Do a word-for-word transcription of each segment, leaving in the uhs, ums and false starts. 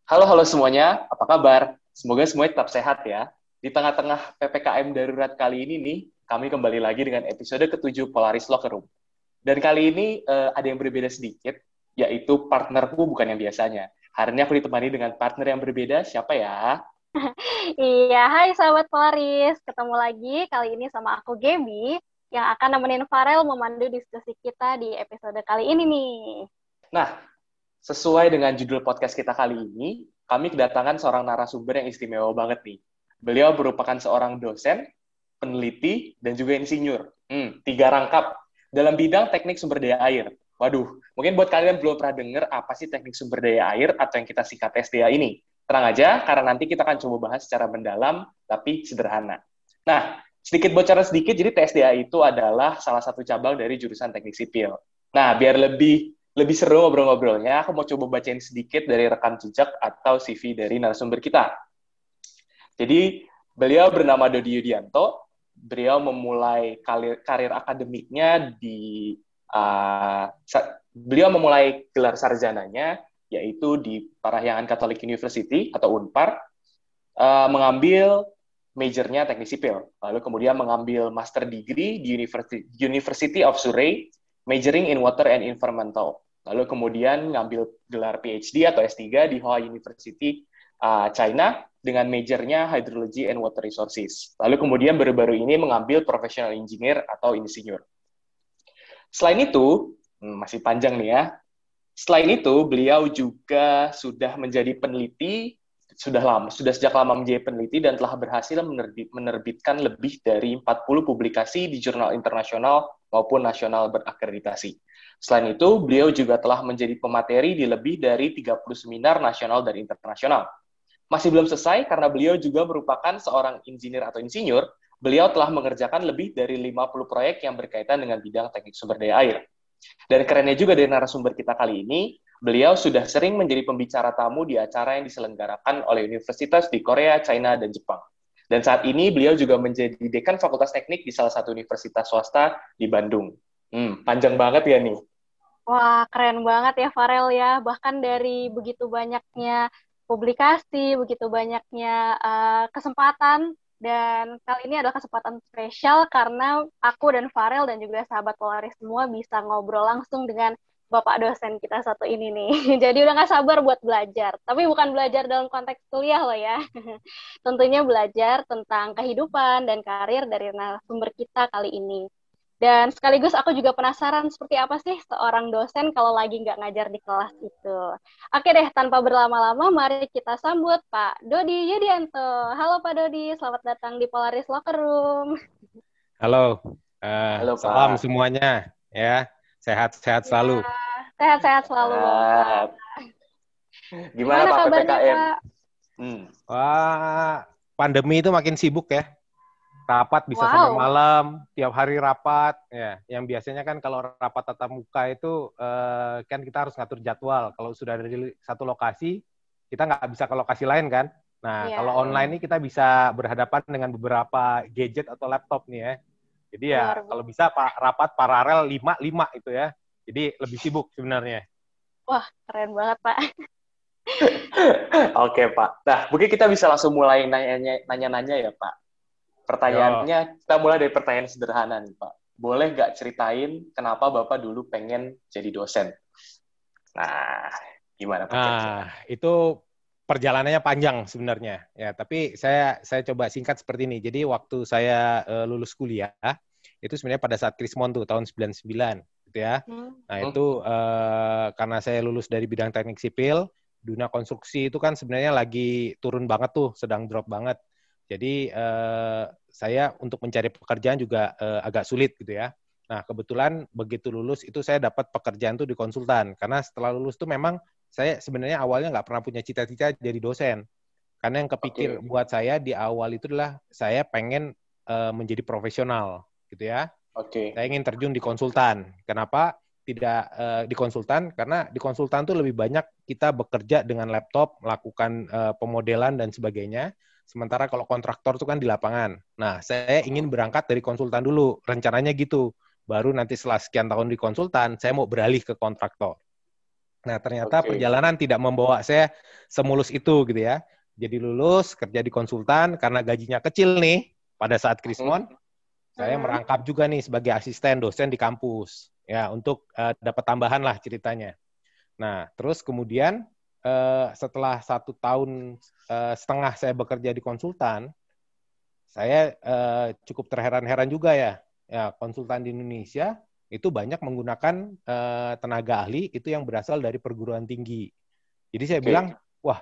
Halo, halo semuanya. Apa kabar? Semoga semuanya tetap sehat ya. Di tengah-tengah P P K M darurat kali ini nih, kami kembali lagi dengan episode ketujuh Polaris Locker Room. Dan kali ini eh, ada yang berbeda sedikit, yaitu partnerku bukan yang biasanya. Hari ini aku ditemani dengan partner yang berbeda. Siapa ya? Iya, hai sahabat Polaris. Ketemu lagi kali ini sama aku Gaby yang akan nemenin Farel memandu diskusi kita di episode kali ini nih. Nah, sesuai dengan judul podcast kita kali ini, kami kedatangan seorang narasumber yang istimewa banget nih. Beliau merupakan seorang dosen, peneliti, dan juga insinyur. Hmm, tiga rangkap dalam bidang teknik sumber daya air. Waduh, mungkin buat kalian belum pernah dengar apa sih teknik sumber daya air atau yang kita singkat T S D A ini. Tenang aja, karena nanti kita akan coba bahas secara mendalam, tapi sederhana. Nah, sedikit bocoran sedikit, jadi T S D A itu adalah salah satu cabang dari jurusan teknik sipil. Nah, biar lebih lebih seru ngobrol-ngobrolnya, aku mau coba bacain sedikit dari rekam jejak atau C V dari narasumber kita. Jadi, beliau bernama Dodi Yudianto, beliau memulai karir, karir akademiknya di uh, beliau memulai gelar sarjananya yaitu di Parahyangan Catholic University atau Unpar, uh, mengambil majornya teknik sipil, lalu kemudian mengambil master degree di University, University of Surrey, majoring in water and environmental, lalu kemudian ngambil gelar P H D atau S tiga di Hoa University, uh, China, dengan majornya Hydrology and Water Resources. Lalu kemudian baru-baru ini mengambil Professional Engineer atau insinyur. Selain itu, masih panjang nih ya, selain itu beliau juga sudah menjadi peneliti, sudah lama, sudah sejak lama menjadi peneliti dan telah berhasil menerbit, menerbitkan lebih dari empat puluh publikasi di jurnal internasional maupun nasional berakreditasi. Selain itu, beliau juga telah menjadi pemateri di lebih dari tiga puluh seminar nasional dan internasional. Masih belum selesai karena beliau juga merupakan seorang engineer atau insinyur, beliau telah mengerjakan lebih dari lima puluh proyek yang berkaitan dengan bidang teknik sumber daya air. Dan kerennya juga dari narasumber kita kali ini, beliau sudah sering menjadi pembicara tamu di acara yang diselenggarakan oleh universitas di Korea, China, dan Jepang. Dan saat ini beliau juga menjadi dekan Fakultas Teknik di salah satu universitas swasta di Bandung. Hmm, panjang banget ya nih. Wah, keren banget ya Farel ya. Bahkan dari begitu banyaknya publikasi, begitu banyaknya uh, kesempatan, dan kali ini adalah kesempatan spesial karena aku dan Farel dan juga sahabat Polaris semua bisa ngobrol langsung dengan Bapak dosen kita satu ini nih. Jadi udah gak sabar buat belajar. Tapi bukan belajar dalam konteks kuliah loh ya. Tentunya belajar tentang kehidupan dan karir dari narasumber kita kali ini. Dan sekaligus aku juga penasaran seperti apa sih seorang dosen kalau lagi nggak ngajar di kelas itu. Oke deh, tanpa berlama-lama, mari kita sambut Pak Dodi Yudianto. Halo Pak Dodi, selamat datang di Polaris Locker Room. Halo, eh, Halo salam Pak. semuanya ya, sehat-sehat Ya, selalu. sehat-sehat selalu Bapak. Ah, gimana Gimana Pak kabarnya P P K M? Pak? Hmm. Wah, pandemi itu makin sibuk ya, rapat bisa sampai Wow. malam, tiap hari rapat. Ya, yang biasanya kan kalau rapat tatap muka itu eh, kan kita harus ngatur jadwal. Kalau sudah ada di satu lokasi, kita nggak bisa ke lokasi lain kan. Nah, kalau Ya, online ini kita bisa berhadapan dengan beberapa gadget atau laptop nih ya. Jadi ya luar kalau biasa. bisa Pak rapat paralel lima lima itu ya. Jadi lebih sibuk sebenarnya. Wah, keren banget Pak. Oke Pak. Nah, mungkin kita bisa langsung mulai nanya-nanya ya Pak. Yo. Pertanyaannya, kita mulai dari pertanyaan sederhana nih Pak. Boleh nggak ceritain kenapa Bapak dulu pengen jadi dosen? Nah, gimana Pak kira-kira? Nah, itu perjalanannya panjang sebenarnya. Ya, tapi saya saya coba singkat seperti ini. Jadi waktu saya uh, lulus kuliah, itu sebenarnya pada saat Krismon tuh tahun sembilan puluh sembilan gitu ya. Hmm. Nah, Hmm? itu uh, karena saya lulus dari bidang teknik sipil, dunia konstruksi itu kan sebenarnya lagi turun banget tuh, sedang drop banget. Jadi uh, saya untuk mencari pekerjaan juga uh, agak sulit gitu ya. Nah, kebetulan begitu lulus itu saya dapat pekerjaan tuh di konsultan. Karena setelah lulus tuh memang saya sebenarnya awalnya nggak pernah punya cita-cita jadi dosen. Karena yang kepikir Oke, buat saya di awal itu adalah saya pengen uh, menjadi profesional, gitu ya. oke, Saya ingin terjun di konsultan. Kenapa tidak uh, di konsultan? Karena di konsultan tuh lebih banyak kita bekerja dengan laptop, melakukan uh, pemodelan dan sebagainya. Sementara kalau kontraktor itu kan di lapangan. Nah, saya ingin berangkat dari konsultan dulu. Rencananya gitu. Baru nanti setelah sekian tahun di konsultan, saya mau beralih ke kontraktor. Nah, ternyata Oke. perjalanan tidak membawa saya semulus itu gitu ya. Jadi lulus, kerja di konsultan, karena gajinya kecil nih, pada saat Krismon, Hmm. saya Hmm. merangkap juga nih sebagai asisten dosen di kampus. Ya, untuk uh, dapat tambahan lah ceritanya. Nah, terus kemudian uh, setelah satu tahun uh, setengah saya bekerja di konsultan, saya uh, cukup terheran-heran juga ya. Ya, konsultan di Indonesia itu banyak menggunakan uh, tenaga ahli itu yang berasal dari perguruan tinggi. Jadi saya Oke. bilang, wah,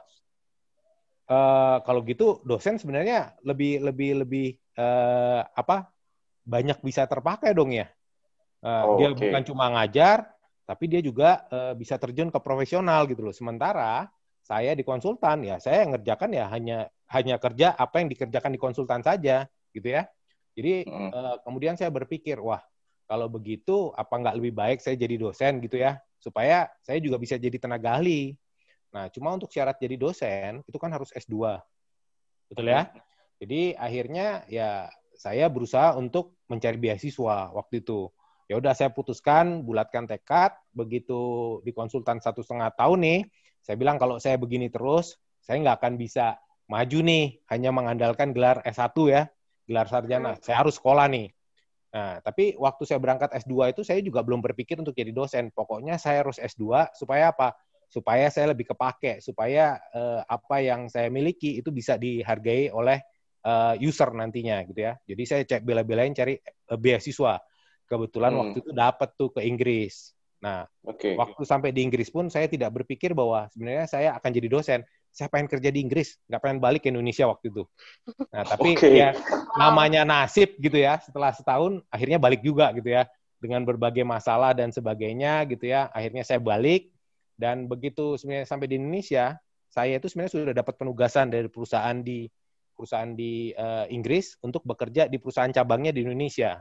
uh, kalau gitu dosen sebenarnya lebih lebih lebih uh, apa banyak bisa terpakai dong ya. Uh, Oh, dia oke. bukan cuma ngajar, tapi dia juga uh, bisa terjun ke profesional gitu loh. Sementara saya di konsultan ya saya ngerjakan ya hanya hanya kerja apa yang dikerjakan di konsultan saja gitu ya. Jadi Hmm. uh, kemudian saya berpikir, wah kalau begitu apa nggak lebih baik saya jadi dosen gitu ya, supaya saya juga bisa jadi tenaga ahli. Nah, cuma untuk syarat jadi dosen itu kan harus S dua. Betul ya? Hmm. Jadi akhirnya ya saya berusaha untuk mencari beasiswa waktu itu. Ya udah saya putuskan, bulatkan tekad, begitu di konsultan satu setengah tahun nih, saya bilang kalau saya begini terus, saya nggak akan bisa maju nih, hanya mengandalkan gelar S satu ya, gelar sarjana. Saya harus sekolah nih. Nah, tapi waktu saya berangkat S dua itu saya juga belum berpikir untuk jadi dosen. Pokoknya saya harus S dua supaya apa? Supaya saya lebih kepake, supaya eh, apa yang saya miliki itu bisa dihargai oleh eh, user nantinya gitu ya. Jadi saya cek bela-belain cari eh, beasiswa. Kebetulan Hmm. waktu itu dapat tuh ke Inggris. Nah, Oke. waktu sampai di Inggris pun saya tidak berpikir bahwa sebenarnya saya akan jadi dosen. Saya pengen kerja di Inggris, nggak pengen balik ke Indonesia waktu itu. Nah, tapi Oke. ya Wow. namanya nasib gitu ya, setelah setahun akhirnya balik juga gitu ya, dengan berbagai masalah dan sebagainya gitu ya, akhirnya saya balik, dan begitu sebenarnya sampai di Indonesia, saya itu sebenarnya sudah dapat penugasan dari perusahaan di perusahaan di uh, Inggris untuk bekerja di perusahaan cabangnya di Indonesia.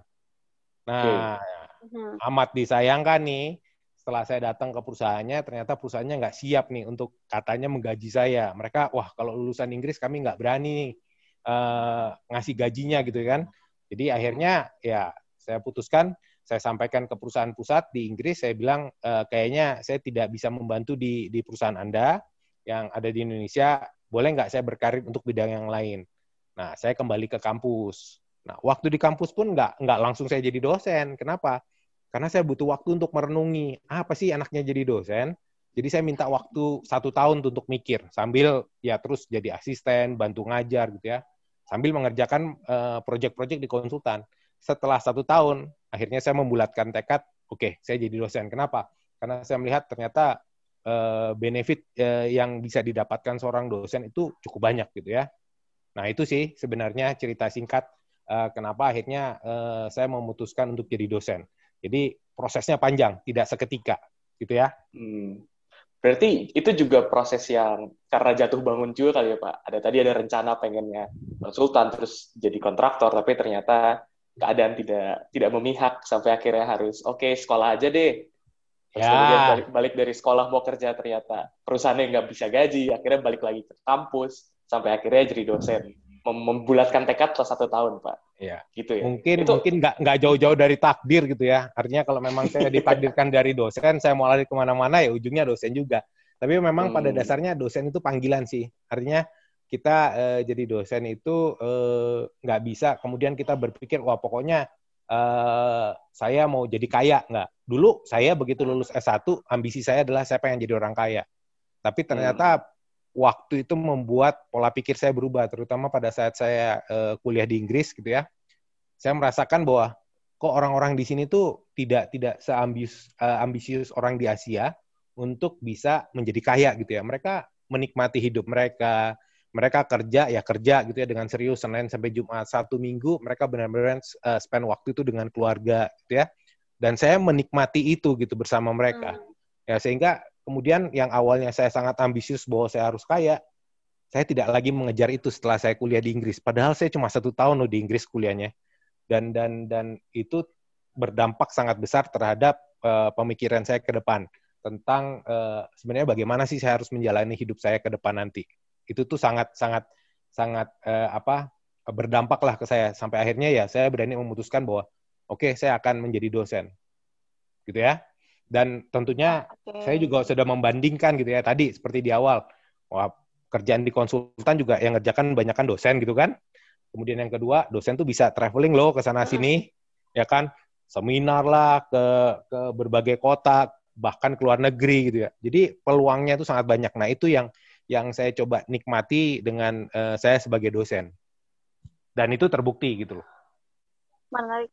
Oke. Nah, Hmm. amat disayangkan nih, setelah saya datang ke perusahaannya, ternyata perusahaannya nggak siap nih untuk katanya menggaji saya. Mereka, wah kalau lulusan Inggris kami nggak berani nih uh, ngasih gajinya gitu kan. Jadi akhirnya ya saya putuskan, saya sampaikan ke perusahaan pusat di Inggris, saya bilang e, kayaknya saya tidak bisa membantu di, di perusahaan Anda yang ada di Indonesia, boleh nggak saya berkarir untuk bidang yang lain. Nah, saya kembali ke kampus. Nah, waktu di kampus pun nggak, nggak langsung saya jadi dosen. Kenapa? Karena saya butuh waktu untuk merenungi, apa sih anaknya jadi dosen? Jadi saya minta waktu satu tahun untuk mikir, sambil ya terus jadi asisten, bantu ngajar gitu ya, sambil mengerjakan uh, proyek-proyek di konsultan. Setelah satu tahun, akhirnya saya membulatkan tekad, oke, okay, saya jadi dosen. Kenapa? Karena saya melihat ternyata uh, benefit uh, yang bisa didapatkan seorang dosen itu cukup banyak gitu ya. Nah itu sih sebenarnya cerita singkat uh, kenapa akhirnya uh, saya memutuskan untuk jadi dosen. Jadi prosesnya panjang, tidak seketika, gitu ya. Hmm. Berarti itu juga proses yang karena jatuh bangun juga kali ya Pak. Ada tadi ada rencana pengennya konsultan terus jadi kontraktor, tapi ternyata keadaan tidak tidak memihak sampai akhirnya harus oke okay, sekolah aja deh. Terus kemudian Ya, balik balik dari sekolah mau kerja ternyata perusahaannya nggak bisa gaji, akhirnya balik lagi ke kampus sampai akhirnya jadi dosen. Mem- Membulatkan tekad selama satu tahun Pak. ya. Gitu ya. Mungkin Itu mungkin nggak nggak jauh-jauh dari takdir gitu ya. Artinya kalau memang saya ditakdirkan dari dosen, saya mau lari kemana-mana ya ujungnya dosen juga. Tapi memang pada hmm, dasarnya dosen itu panggilan sih. Artinya kita eh, jadi dosen itu eh, nggak bisa kemudian kita berpikir wah pokoknya eh, saya mau jadi kaya nggak. Dulu saya begitu lulus S satu ambisi saya adalah saya pengen jadi orang kaya. Tapi hmm, ternyata waktu itu membuat pola pikir saya berubah, terutama pada saat saya uh, kuliah di Inggris gitu ya. Saya merasakan bahwa kok orang-orang di sini tuh tidak tidak seambisius uh, ambisius orang di Asia untuk bisa menjadi kaya gitu ya. Mereka menikmati hidup mereka, mereka kerja ya kerja gitu ya dengan serius Senin sampai Jumat, Sabtu Minggu mereka benar-benar uh, spend waktu itu dengan keluarga gitu ya. Dan saya menikmati itu gitu bersama mereka. Hmm. Ya sehingga kemudian yang awalnya saya sangat ambisius bahwa saya harus kaya, saya tidak lagi mengejar itu setelah saya kuliah di Inggris. Padahal saya cuma satu tahun loh di Inggris kuliahnya. Dan dan dan itu berdampak sangat besar terhadap uh, pemikiran saya ke depan tentang uh, sebenarnya bagaimana sih saya harus menjalani hidup saya ke depan nanti. Itu tuh sangat sangat sangat uh, apa berdampak lah ke saya sampai akhirnya ya saya berani memutuskan bahwa oke okay, saya akan menjadi dosen, gitu ya. Dan tentunya Oke. saya juga sudah membandingkan gitu ya, tadi seperti di awal, wah, kerjaan di konsultan juga yang ngerjakan banyakan dosen gitu kan. Kemudian yang kedua, dosen tuh bisa traveling loh ke sana sini, ya kan, seminar lah ke ke berbagai kota, bahkan ke luar negeri gitu ya. Jadi peluangnya itu sangat banyak. Nah itu yang yang saya coba nikmati dengan uh, saya sebagai dosen. Dan itu terbukti gitu loh. Menarik.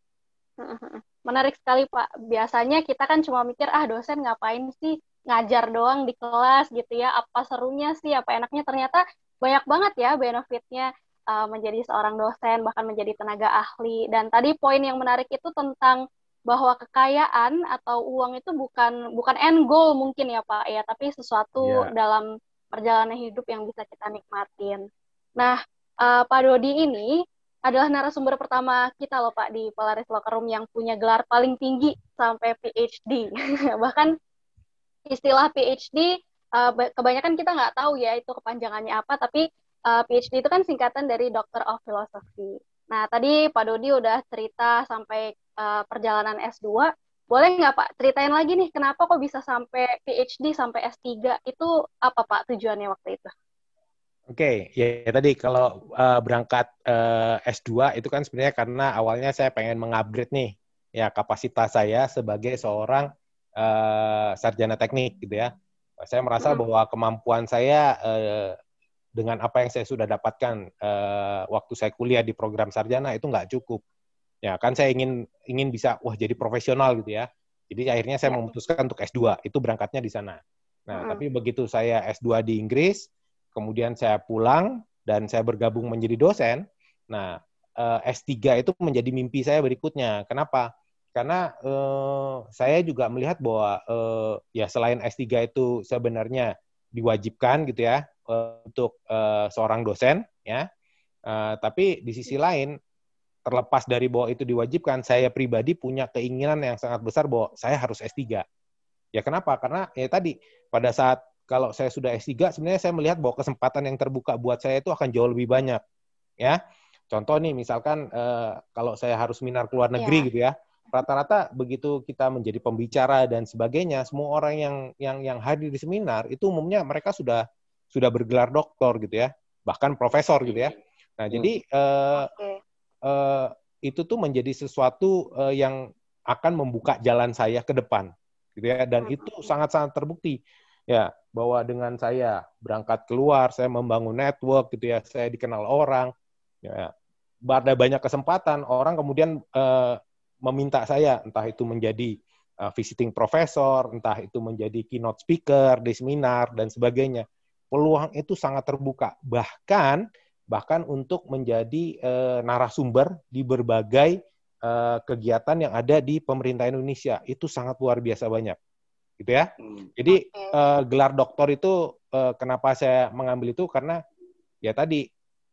Menarik sekali, Pak. Biasanya kita kan cuma mikir, ah dosen ngapain sih ngajar doang di kelas gitu ya, apa serunya sih, apa enaknya. Ternyata banyak banget ya benefitnya uh, menjadi seorang dosen, bahkan menjadi tenaga ahli. Dan tadi poin yang menarik itu tentang bahwa kekayaan atau uang itu bukan bukan end goal mungkin ya Pak ya, tapi sesuatu Yeah. dalam perjalanan hidup yang bisa kita nikmatin. Nah, uh, Pak Dodi ini adalah narasumber pertama kita loh Pak di Polaris Locker Room yang punya gelar paling tinggi sampai P H D. Bahkan istilah P H D uh, kebanyakan kita nggak tahu ya itu kepanjangannya apa, tapi uh, P H D itu kan singkatan dari Doctor of Philosophy. Nah, tadi Pak Dodi udah cerita sampai uh, perjalanan S dua. Boleh nggak Pak ceritain lagi nih kenapa kok bisa sampai P H D sampai S tiga? Itu apa Pak tujuannya waktu itu? Oke, okay. ya, ya tadi kalau uh, berangkat uh, S dua itu kan sebenarnya karena awalnya saya pengen mengupgrade nih ya kapasitas saya sebagai seorang uh, sarjana teknik gitu ya. Saya merasa Hmm. bahwa kemampuan saya uh, dengan apa yang saya sudah dapatkan uh, waktu saya kuliah di program sarjana itu nggak cukup. Ya kan saya ingin ingin bisa wah jadi profesional gitu ya. Jadi akhirnya saya Ya. memutuskan untuk S dua, itu berangkatnya di sana. Nah, Hmm. tapi begitu saya S dua di Inggris, kemudian saya pulang dan saya bergabung menjadi dosen. Nah, S tiga itu menjadi mimpi saya berikutnya. Kenapa? Karena eh, saya juga melihat bahwa eh, ya selain S tiga itu sebenarnya diwajibkan gitu ya eh, untuk eh, seorang dosen ya. Eh, tapi di sisi lain terlepas dari bahwa itu diwajibkan, saya pribadi punya keinginan yang sangat besar bahwa saya harus S tiga. Ya kenapa? Karena ya tadi pada saat kalau saya sudah S tiga, sebenarnya saya melihat bahwa kesempatan yang terbuka buat saya itu akan jauh lebih banyak. Ya, contoh nih, misalkan eh, kalau saya harus seminar ke luar negeri Ya. gitu ya, rata-rata begitu kita menjadi pembicara dan sebagainya, semua orang yang yang yang hadir di seminar itu umumnya mereka sudah sudah bergelar doktor gitu ya, bahkan profesor gitu ya. Nah, Hmm. jadi eh, Oke. eh, itu tuh menjadi sesuatu eh, yang akan membuka jalan saya ke depan gitu ya, dan Hmm. itu sangat-sangat terbukti. Ya, bahwa dengan saya berangkat keluar, saya membangun network gitu ya, saya dikenal orang, ya, ada banyak kesempatan, orang kemudian uh, meminta saya, entah itu menjadi uh, visiting professor, entah itu menjadi keynote speaker di seminar, dan sebagainya. Peluang itu sangat terbuka, bahkan bahkan untuk menjadi uh, narasumber di berbagai uh, kegiatan yang ada di pemerintah Indonesia, itu sangat luar biasa banyak. Gitu ya. Jadi okay. uh, gelar doktor itu uh, kenapa saya mengambil itu karena ya tadi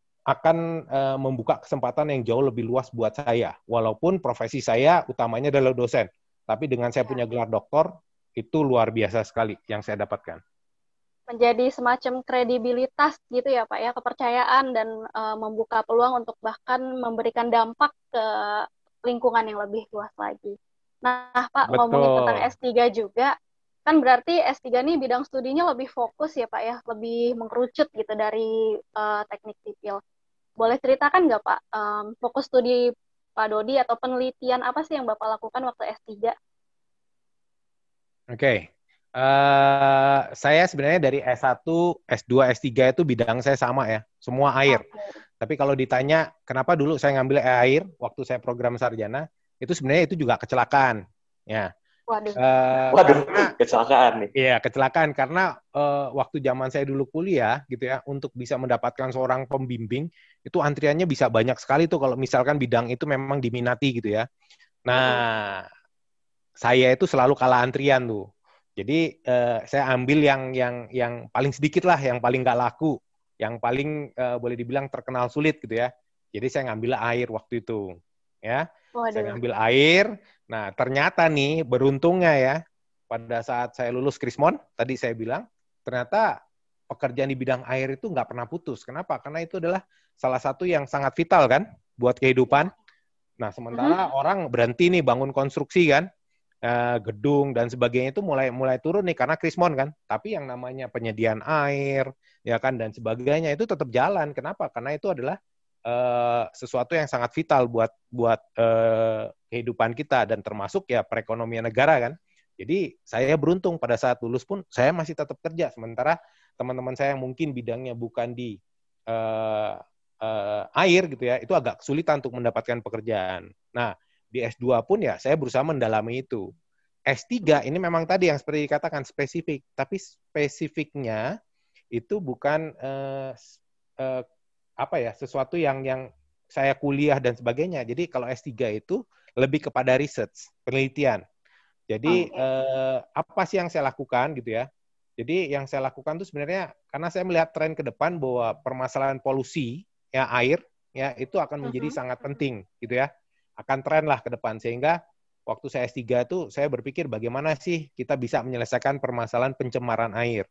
akan uh, membuka kesempatan yang jauh lebih luas buat saya. Walaupun profesi saya utamanya adalah dosen, tapi dengan saya punya gelar doktor itu luar biasa sekali yang saya dapatkan. Menjadi semacam kredibilitas gitu ya Pak ya, kepercayaan dan uh, membuka peluang untuk bahkan memberikan dampak ke lingkungan yang lebih luas lagi. Nah Pak, Betul. ngomongin tentang S tiga juga, kan berarti S tiga ini bidang studinya lebih fokus ya Pak ya, lebih mengkerucut gitu dari uh, teknik sipil. Boleh ceritakan nggak Pak, um, fokus studi Pak Dodi atau penelitian apa sih yang Bapak lakukan waktu S tiga? Oke, okay. uh, saya sebenarnya dari S satu, S dua, S tiga itu bidang saya sama ya, semua air. Okay. Tapi kalau ditanya kenapa dulu saya ngambil air waktu saya program sarjana, itu sebenarnya itu juga kecelakaan. Ya. Waduh. Uh, Waduh, karena, kecelakaan nih. Iya, kecelakaan karena uh, waktu zaman saya dulu kuliah gitu ya, untuk bisa mendapatkan seorang pembimbing itu antriannya bisa banyak sekali tuh kalau misalkan bidang itu memang diminati gitu ya. Nah, uh-huh. saya itu selalu kalah antrian tuh. Jadi uh, saya ambil yang yang yang paling sedikit lah, yang paling nggak laku, yang paling uh, boleh dibilang terkenal sulit gitu ya. Jadi saya ngambil air waktu itu, ya. Waduh. Saya ngambil air. Nah ternyata nih beruntungnya ya, pada saat saya lulus Krismon, tadi saya bilang, ternyata pekerjaan di bidang air itu nggak pernah putus. Kenapa? Karena itu adalah salah satu yang sangat vital kan buat kehidupan. Nah sementara uh-huh. orang berhenti nih bangun konstruksi kan. uh, gedung dan sebagainya itu mulai mulai turun nih karena krismon kan. Tapi yang namanya penyediaan air ya kan dan sebagainya itu tetap jalan. Kenapa? Karena itu adalah uh, sesuatu yang sangat vital buat buat uh, kehidupan kita dan termasuk ya perekonomian negara kan. Jadi saya beruntung pada saat lulus pun saya masih tetap kerja sementara teman-teman saya yang mungkin bidangnya bukan di uh, uh, air gitu ya, itu agak kesulitan untuk mendapatkan pekerjaan. Nah, di S dua pun ya saya berusaha mendalami itu. S tiga ini memang tadi yang seperti dikatakan spesifik, tapi spesifiknya itu bukan uh, uh, apa ya, sesuatu yang yang saya kuliah dan sebagainya. Jadi kalau S tiga itu lebih kepada research, penelitian. Jadi okay. uh, apa sih yang saya lakukan gitu ya? Jadi yang saya lakukan itu sebenarnya karena saya melihat tren ke depan bahwa permasalahan polusi ya air ya itu akan menjadi uh-huh. sangat penting gitu ya. Akan tren lah ke depan sehingga waktu saya S tiga itu saya berpikir bagaimana sih kita bisa menyelesaikan permasalahan pencemaran air.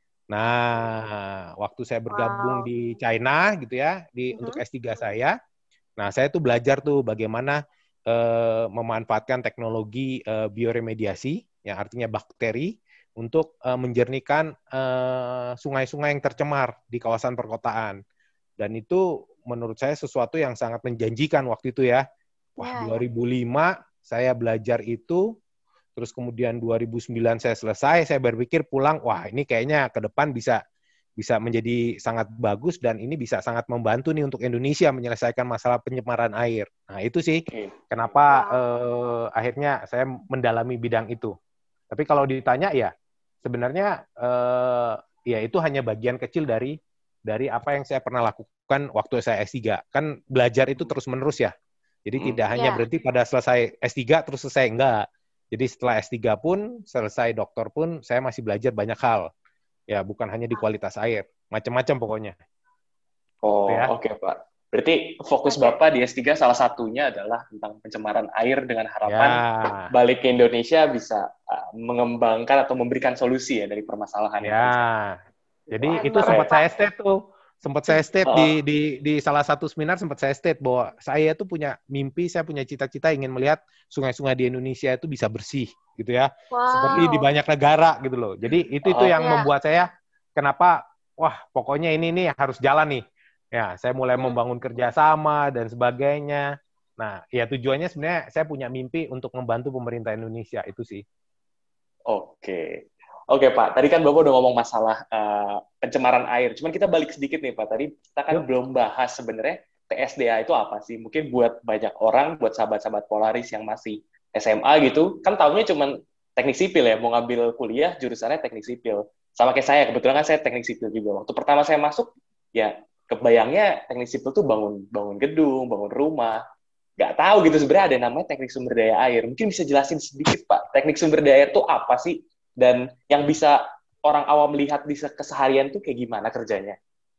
Nah, waktu saya bergabung wow. di China gitu ya di uh-huh. untuk S tiga saya. Nah, saya tuh belajar tuh bagaimana eh, memanfaatkan teknologi eh, bioremediasi yang artinya bakteri untuk uh, menjernihkan uh, sungai-sungai yang tercemar di kawasan perkotaan. Dan itu menurut saya sesuatu yang sangat menjanjikan waktu itu ya. Wah, ya, dua ribu lima ya. Saya belajar itu, terus kemudian dua ribu sembilan saya selesai, saya berpikir pulang, wah ini kayaknya ke depan bisa bisa menjadi sangat bagus dan ini bisa sangat membantu nih untuk Indonesia menyelesaikan masalah pencemaran air. Nah itu sih kenapa uh, akhirnya saya mendalami bidang itu. Tapi kalau ditanya ya, sebenarnya eh, ya itu hanya bagian kecil dari dari apa yang saya pernah lakukan waktu saya S tiga. Kan belajar itu terus-menerus ya. Jadi hmm. tidak hanya yeah. berhenti pada selesai S tiga terus selesai, enggak. Jadi setelah S tiga pun, selesai doktor pun, saya masih belajar banyak hal. Ya, bukan hanya di kualitas air. Macam-macam pokoknya. Oh, ya. Oke, okay, Pak. Berarti fokus Bapak di S tiga salah satunya adalah tentang pencemaran air dengan harapan ya. balik ke Indonesia bisa uh, mengembangkan atau memberikan solusi ya dari permasalahan. Ya, jadi Wah, itu sempat saya state tuh, sempat saya state oh. di, di di salah satu seminar sempat saya state bahwa saya tuh punya mimpi, saya punya cita-cita ingin melihat sungai-sungai di Indonesia itu bisa bersih, gitu ya, wow. seperti di banyak negara gitu loh. Jadi itu itu oh. yang ya. membuat saya kenapa, wah pokoknya ini nih harus jalan nih. Ya, saya mulai membangun kerjasama dan sebagainya. Nah, ya tujuannya sebenarnya saya punya mimpi untuk membantu pemerintah Indonesia, itu sih. Oke. Oke, Pak. Tadi kan Bapak udah ngomong masalah uh, pencemaran air. Cuman kita balik sedikit nih, Pak. Tadi kita kan Yuk. belum bahas sebenarnya T S D A itu apa sih? Mungkin buat banyak orang, buat sahabat-sahabat Polaris yang masih S M A gitu, kan taunya cuman teknik sipil ya, mau ngambil kuliah jurusannya teknik sipil. Sama kayak saya, kebetulan kan saya teknik sipil juga. Waktu pertama saya masuk, ya kebayangnya teknik sipil tuh bangun bangun gedung, bangun rumah. Nggak tahu gitu sebenarnya ada namanya teknik sumber daya air. Mungkin bisa jelasin sedikit, Pak. Teknik sumber daya air tuh apa sih? Dan yang bisa orang awam lihat di keseharian tuh kayak gimana kerjanya?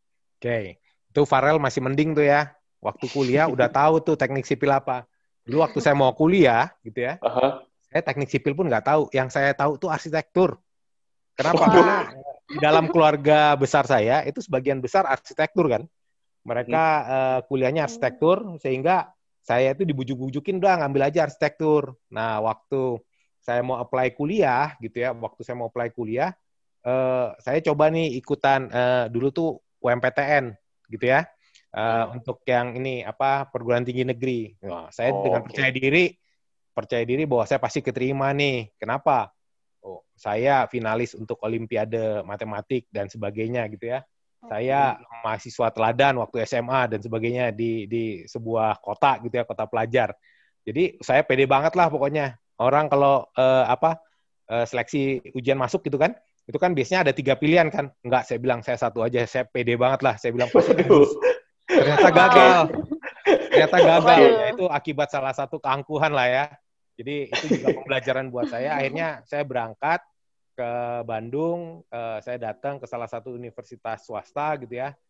Oke. Itu Farel masih mending tuh ya. Waktu kuliah udah tahu tuh teknik sipil apa. Dulu waktu saya mau kuliah gitu ya. Uh-huh. Saya teknik sipil pun nggak tahu. Yang saya tahu tuh arsitektur. Kenapa? Karena di dalam keluarga besar saya itu sebagian besar arsitektur kan. Mereka hmm. uh, kuliahnya arsitektur sehingga saya itu dibujuk-bujukin udah ngambil aja arsitektur. Nah, waktu saya mau apply kuliah gitu ya, waktu saya mau apply kuliah, uh, saya coba nih ikutan uh, dulu tuh U M P T N gitu ya. Uh, hmm. Untuk yang ini apa perguruan tinggi negeri. Nah, saya oh, dengan okay. percaya diri percaya diri bahwa saya pasti keterima nih. Kenapa? Oh, saya finalis untuk Olimpiade Matematik dan sebagainya gitu ya. Saya mahasiswa teladan waktu S M A dan sebagainya di di sebuah kota gitu ya, kota pelajar. Jadi saya pede banget lah pokoknya. Orang kalau eh, apa eh, seleksi ujian masuk gitu kan, itu kan biasanya ada tiga pilihan kan. Enggak, saya bilang saya satu aja, saya pede banget lah. Saya bilang pasti lulus. Ternyata gagal. Ternyata gagal. Ya, itu akibat salah satu keangkuhan lah ya. Jadi itu juga pembelajaran buat saya. Akhirnya saya berangkat ke Bandung, uh, saya datang ke salah satu universitas swasta gitu ya.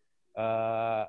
Uh,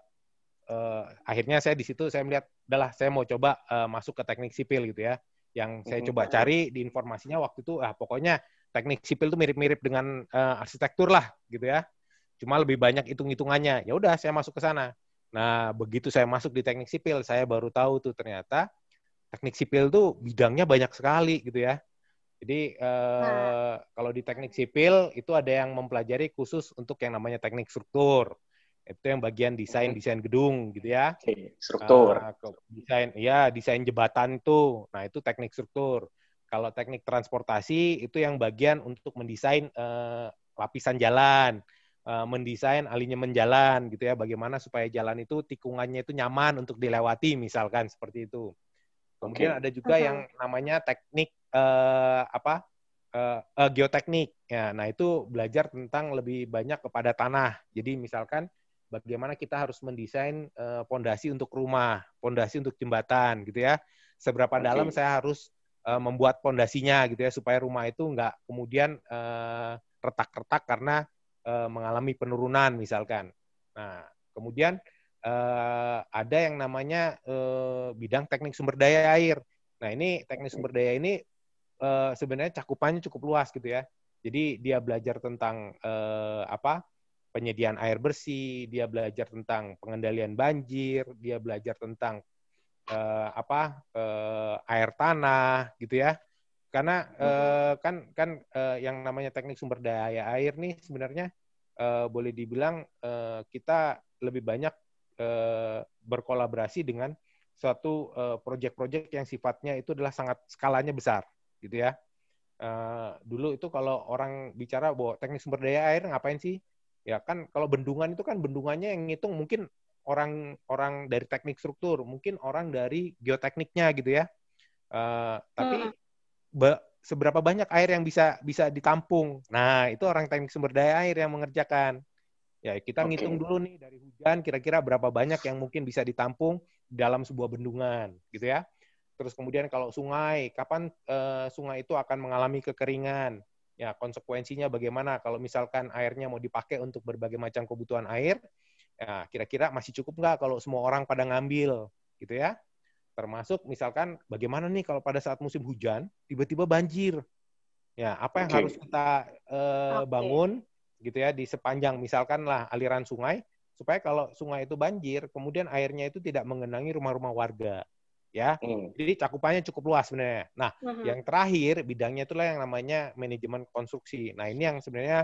uh, akhirnya saya di situ saya melihat, udahlah saya mau coba uh, masuk ke teknik sipil gitu ya. Yang saya coba cari di informasinya waktu itu, ah pokoknya teknik sipil itu mirip-mirip dengan uh, arsitektur lah gitu ya. Cuma lebih banyak hitung-hitungannya. Ya udah saya masuk ke sana. Nah begitu saya masuk di teknik sipil, saya baru tahu tuh ternyata teknik sipil tuh bidangnya banyak sekali gitu ya. Jadi Nah, eh, kalau di teknik sipil itu ada yang mempelajari khusus untuk yang namanya teknik struktur. Itu yang bagian Mhm. desain-desain gedung gitu ya. Oke, struktur. Uh, desain, ya desain jembatan itu, nah itu teknik struktur. Kalau teknik transportasi itu yang bagian untuk mendesain uh, lapisan jalan, uh, mendesain alinyemen jalan gitu ya, bagaimana supaya jalan itu tikungannya itu nyaman untuk dilewati misalkan seperti itu. Kemudian Oke. ada juga yang mhm. namanya teknik uh, apa uh, uh, geoteknik. Ya, nah itu belajar tentang lebih banyak kepada tanah. Jadi misalkan bagaimana kita harus mendesain pondasi uh, untuk rumah, pondasi untuk jembatan, gitu ya. Seberapa dalam Oke. saya harus uh, membuat pondasinya, gitu ya, supaya rumah itu nggak kemudian uh, retak-retak karena uh, mengalami penurunan, misalkan. Nah, kemudian uh, ada yang namanya uh, bidang teknik sumber daya air. Nah, ini teknik sumber daya ini uh, sebenarnya cakupannya cukup luas, gitu ya. Jadi dia belajar tentang uh, apa? penyediaan air bersih, dia belajar tentang pengendalian banjir, dia belajar tentang uh, apa uh, air tanah gitu ya. Karena uh, kan kan uh, yang namanya teknik sumber daya air nih sebenarnya uh, boleh dibilang uh, kita lebih banyak uh, berkolaborasi dengan suatu uh, proyek-proyek yang sifatnya itu adalah sangat skalanya besar gitu ya. Uh, dulu itu kalau orang bicara bahwa teknik sumber daya air ngapain sih? Ya kan kalau bendungan itu kan bendungannya yang ngitung mungkin orang-orang dari teknik struktur, mungkin orang dari geotekniknya gitu ya. Uh, Mhm. tapi be, seberapa banyak air yang bisa bisa ditampung? Nah itu orang teknik sumber daya air yang mengerjakan. Ya kita ngitung Oke. dulu nih dari hujan kira-kira berapa banyak yang mungkin bisa ditampung dalam sebuah bendungan, gitu ya. Terus kemudian kalau sungai, kapan uh, sungai itu akan mengalami kekeringan? Ya, konsekuensinya bagaimana kalau misalkan airnya mau dipakai untuk berbagai macam kebutuhan air, ya kira-kira masih cukup nggak kalau semua orang pada ngambil, gitu ya. Termasuk misalkan bagaimana nih kalau pada saat musim hujan, tiba-tiba banjir. Ya, apa yang harus Oke. kita uh, Oke. bangun, gitu ya, di sepanjang misalkan lah aliran sungai, supaya kalau sungai itu banjir, kemudian airnya itu tidak mengenangi rumah-rumah warga. Ya, Hmm. jadi cakupannya cukup luas sebenarnya. Nah, Mhm. yang terakhir bidangnya itulah yang namanya manajemen konstruksi. Nah, ini yang sebenarnya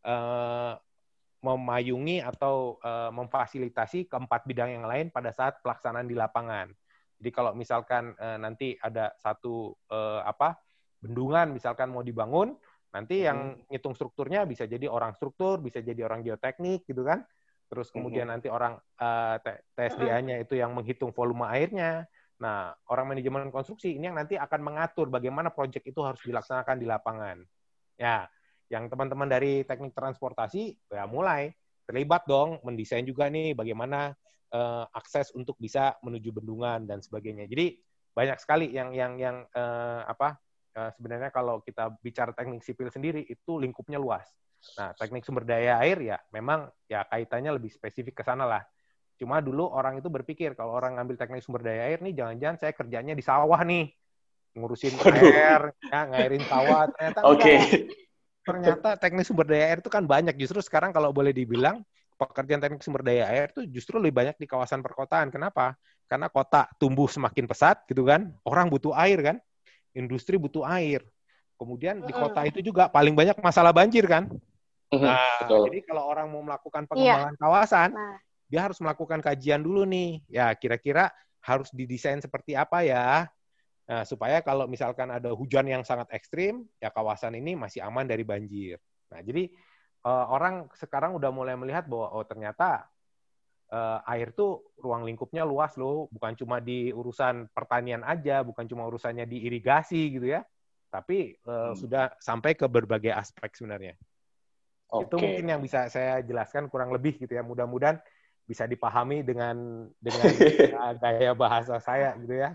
uh, memayungi atau uh, memfasilitasi keempat bidang yang lain pada saat pelaksanaan di lapangan. Jadi kalau misalkan uh, nanti ada satu uh, apa bendungan misalkan mau dibangun, nanti Mhm. yang ngitung strukturnya bisa jadi orang struktur, bisa jadi orang geoteknik gitu kan. Terus kemudian Mhm. nanti orang uh, T S D A-nya itu yang menghitung volume airnya. Nah, orang manajemen konstruksi ini yang nanti akan mengatur bagaimana proyek itu harus dilaksanakan di lapangan. Ya, yang teman-teman dari teknik transportasi ya mulai terlibat dong mendesain juga nih bagaimana uh, akses untuk bisa menuju bendungan dan sebagainya. Jadi banyak sekali yang yang yang uh, apa uh, sebenarnya kalau kita bicara teknik sipil sendiri itu lingkupnya luas. Nah, teknik sumber daya air ya memang ya kaitannya lebih spesifik ke sana lah. Cuma dulu orang itu berpikir kalau orang ngambil teknik sumber daya air nih jangan-jangan saya kerjanya di sawah nih, ngurusin Waduh. air, ya, ngairin sawah. Ternyata Oke. enggak. Ternyata teknik sumber daya air itu kan banyak. Justru sekarang kalau boleh dibilang, pekerjaan teknik sumber daya air itu justru lebih banyak di kawasan perkotaan. Kenapa? Karena kota tumbuh semakin pesat, gitu kan. Orang butuh air, kan. Industri butuh air. Kemudian di kota Mhm. itu juga paling banyak masalah banjir, kan. Mhm. Nah, Betul. jadi kalau orang mau melakukan Iya. pengembangan kawasan, Nah, dia harus melakukan kajian dulu nih. Ya, kira-kira harus didesain seperti apa ya? Nah, supaya kalau misalkan ada hujan yang sangat ekstrim, ya kawasan ini masih aman dari banjir. Nah, jadi uh, orang sekarang udah mulai melihat bahwa oh ternyata uh, air tuh ruang lingkupnya luas loh, bukan cuma di urusan pertanian aja, bukan cuma urusannya di irigasi gitu ya, tapi uh, Hmm. sudah sampai ke berbagai aspek sebenarnya. Itu mungkin Oke. yang bisa saya jelaskan kurang lebih gitu ya. Mudah-mudahan bisa dipahami dengan dengan uh, gaya bahasa saya gitu ya.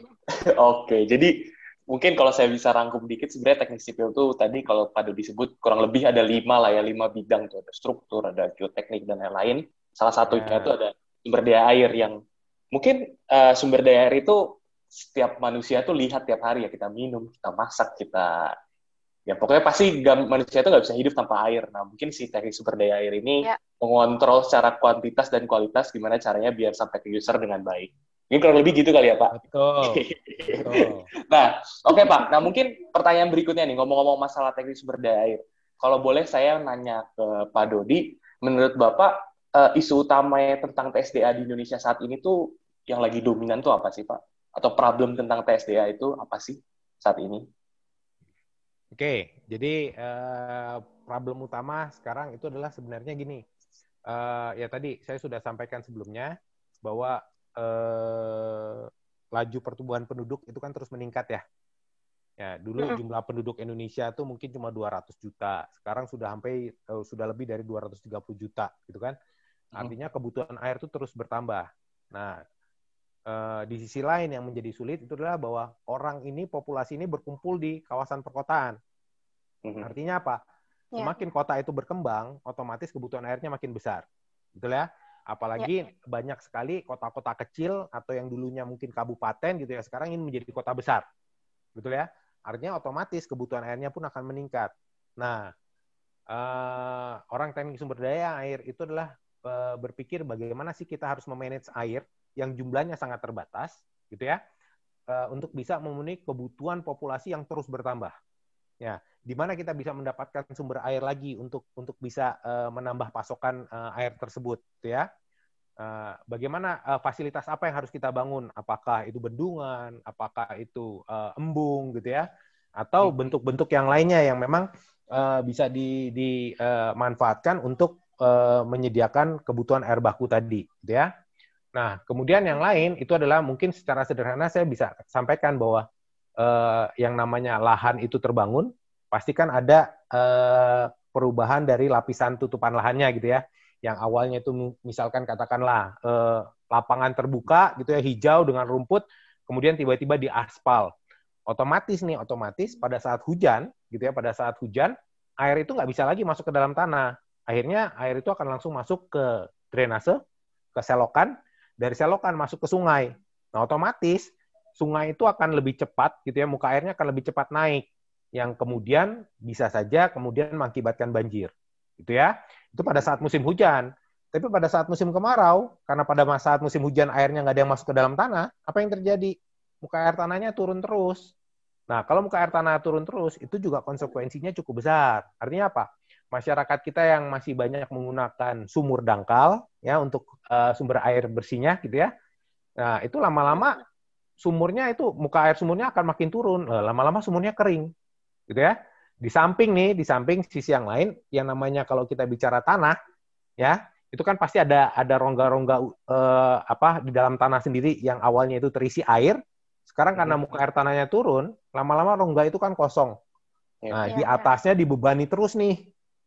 Oke, jadi mungkin kalau saya bisa rangkum dikit, sebenarnya teknik sipil tuh tadi kalau pada disebut kurang lebih ada lima lah ya, lima bidang tuh, ada struktur, ada geoteknik dan lain-lain. Salah satunya itu Ya. ada sumber daya air yang mungkin uh, sumber daya air itu setiap manusia tuh lihat tiap hari ya, kita minum, kita masak, kita ya pokoknya pasti gak, manusia itu nggak bisa hidup tanpa air. Nah mungkin si teknik sumber daya air ini ya. mengontrol secara kuantitas dan kualitas gimana caranya biar sampai ke user dengan baik. Ini kurang lebih gitu kali ya, Pak? Betul. Betul. Nah, oke okay, Pak. Nah, mungkin pertanyaan berikutnya nih, ngomong-ngomong masalah teknik sumber daya air. Kalau boleh saya nanya ke Pak Dodi, menurut Bapak, uh, isu utamanya tentang T S D A di Indonesia saat ini tuh yang lagi dominan tuh apa sih, Pak? Atau problem tentang T S D A itu apa sih saat ini? Oke, jadi uh, problem utama sekarang itu adalah sebenarnya gini. Uh, ya tadi saya sudah sampaikan sebelumnya bahwa uh, laju pertumbuhan penduduk itu kan terus meningkat ya. Ya, dulu jumlah penduduk Indonesia tuh mungkin cuma dua ratus juta. Sekarang sudah sampai uh, sudah lebih dari dua ratus tiga puluh juta, gitu kan. Artinya kebutuhan air itu terus bertambah. Nah, uh, di sisi lain yang menjadi sulit itu adalah bahwa orang ini, populasi ini berkumpul di kawasan perkotaan. Artinya apa? Semakin kota itu berkembang, otomatis kebutuhan airnya makin besar. Betul ya? Apalagi ya. Banyak sekali kota-kota kecil atau yang dulunya mungkin kabupaten gitu ya, sekarang ini menjadi kota besar. Betul ya? Artinya otomatis kebutuhan airnya pun akan meningkat. Nah, eh, orang teknik sumber daya air itu adalah eh, berpikir bagaimana sih kita harus memanage air yang jumlahnya sangat terbatas, gitu ya, eh, untuk bisa memenuhi kebutuhan populasi yang terus bertambah. Ya, di mana kita bisa mendapatkan sumber air lagi untuk untuk bisa uh, menambah pasokan uh, air tersebut, gitu ya. Uh, bagaimana uh, fasilitas apa yang harus kita bangun? Apakah itu bendungan, apakah itu uh, embung, gitu ya, atau bentuk-bentuk yang lainnya yang memang uh, bisa dimanfaatkan di, uh, untuk uh, menyediakan kebutuhan air baku tadi, gitu ya. Nah, kemudian yang lain itu adalah mungkin secara sederhana saya bisa sampaikan bahwa Uh, yang namanya lahan itu terbangun, pasti kan ada uh, perubahan dari lapisan tutupan lahannya gitu ya. Yang awalnya itu misalkan katakanlah uh, lapangan terbuka gitu ya, hijau dengan rumput, kemudian tiba-tiba diaspal. Otomatis nih, otomatis pada saat hujan gitu ya, pada saat hujan, air itu nggak bisa lagi masuk ke dalam tanah. Akhirnya air itu akan langsung masuk ke drainase, ke selokan, dari selokan masuk ke sungai. Nah, otomatis sungai itu akan lebih cepat gitu ya, muka airnya akan lebih cepat naik, yang kemudian bisa saja kemudian mengakibatkan banjir, gitu ya. Itu pada saat musim hujan. Tapi pada saat musim kemarau, karena pada saat musim hujan airnya nggak ada yang masuk ke dalam tanah, apa yang terjadi? Muka air tanahnya turun terus. Nah, kalau muka air tanah turun terus, itu juga konsekuensinya cukup besar. Artinya apa? Masyarakat kita yang masih banyak menggunakan sumur dangkal ya untuk uh, sumber air bersihnya, gitu ya. Nah, itu lama-lama sumurnya itu, muka air sumurnya akan makin turun, lama-lama sumurnya kering, gitu ya. Di samping nih, di samping sisi yang lain, yang namanya kalau kita bicara tanah, ya, itu kan pasti ada ada rongga-rongga eh, apa di dalam tanah sendiri yang awalnya itu terisi air, sekarang karena muka air tanahnya turun, lama-lama rongga itu kan kosong. Nah, ya, di atasnya dibebani terus nih.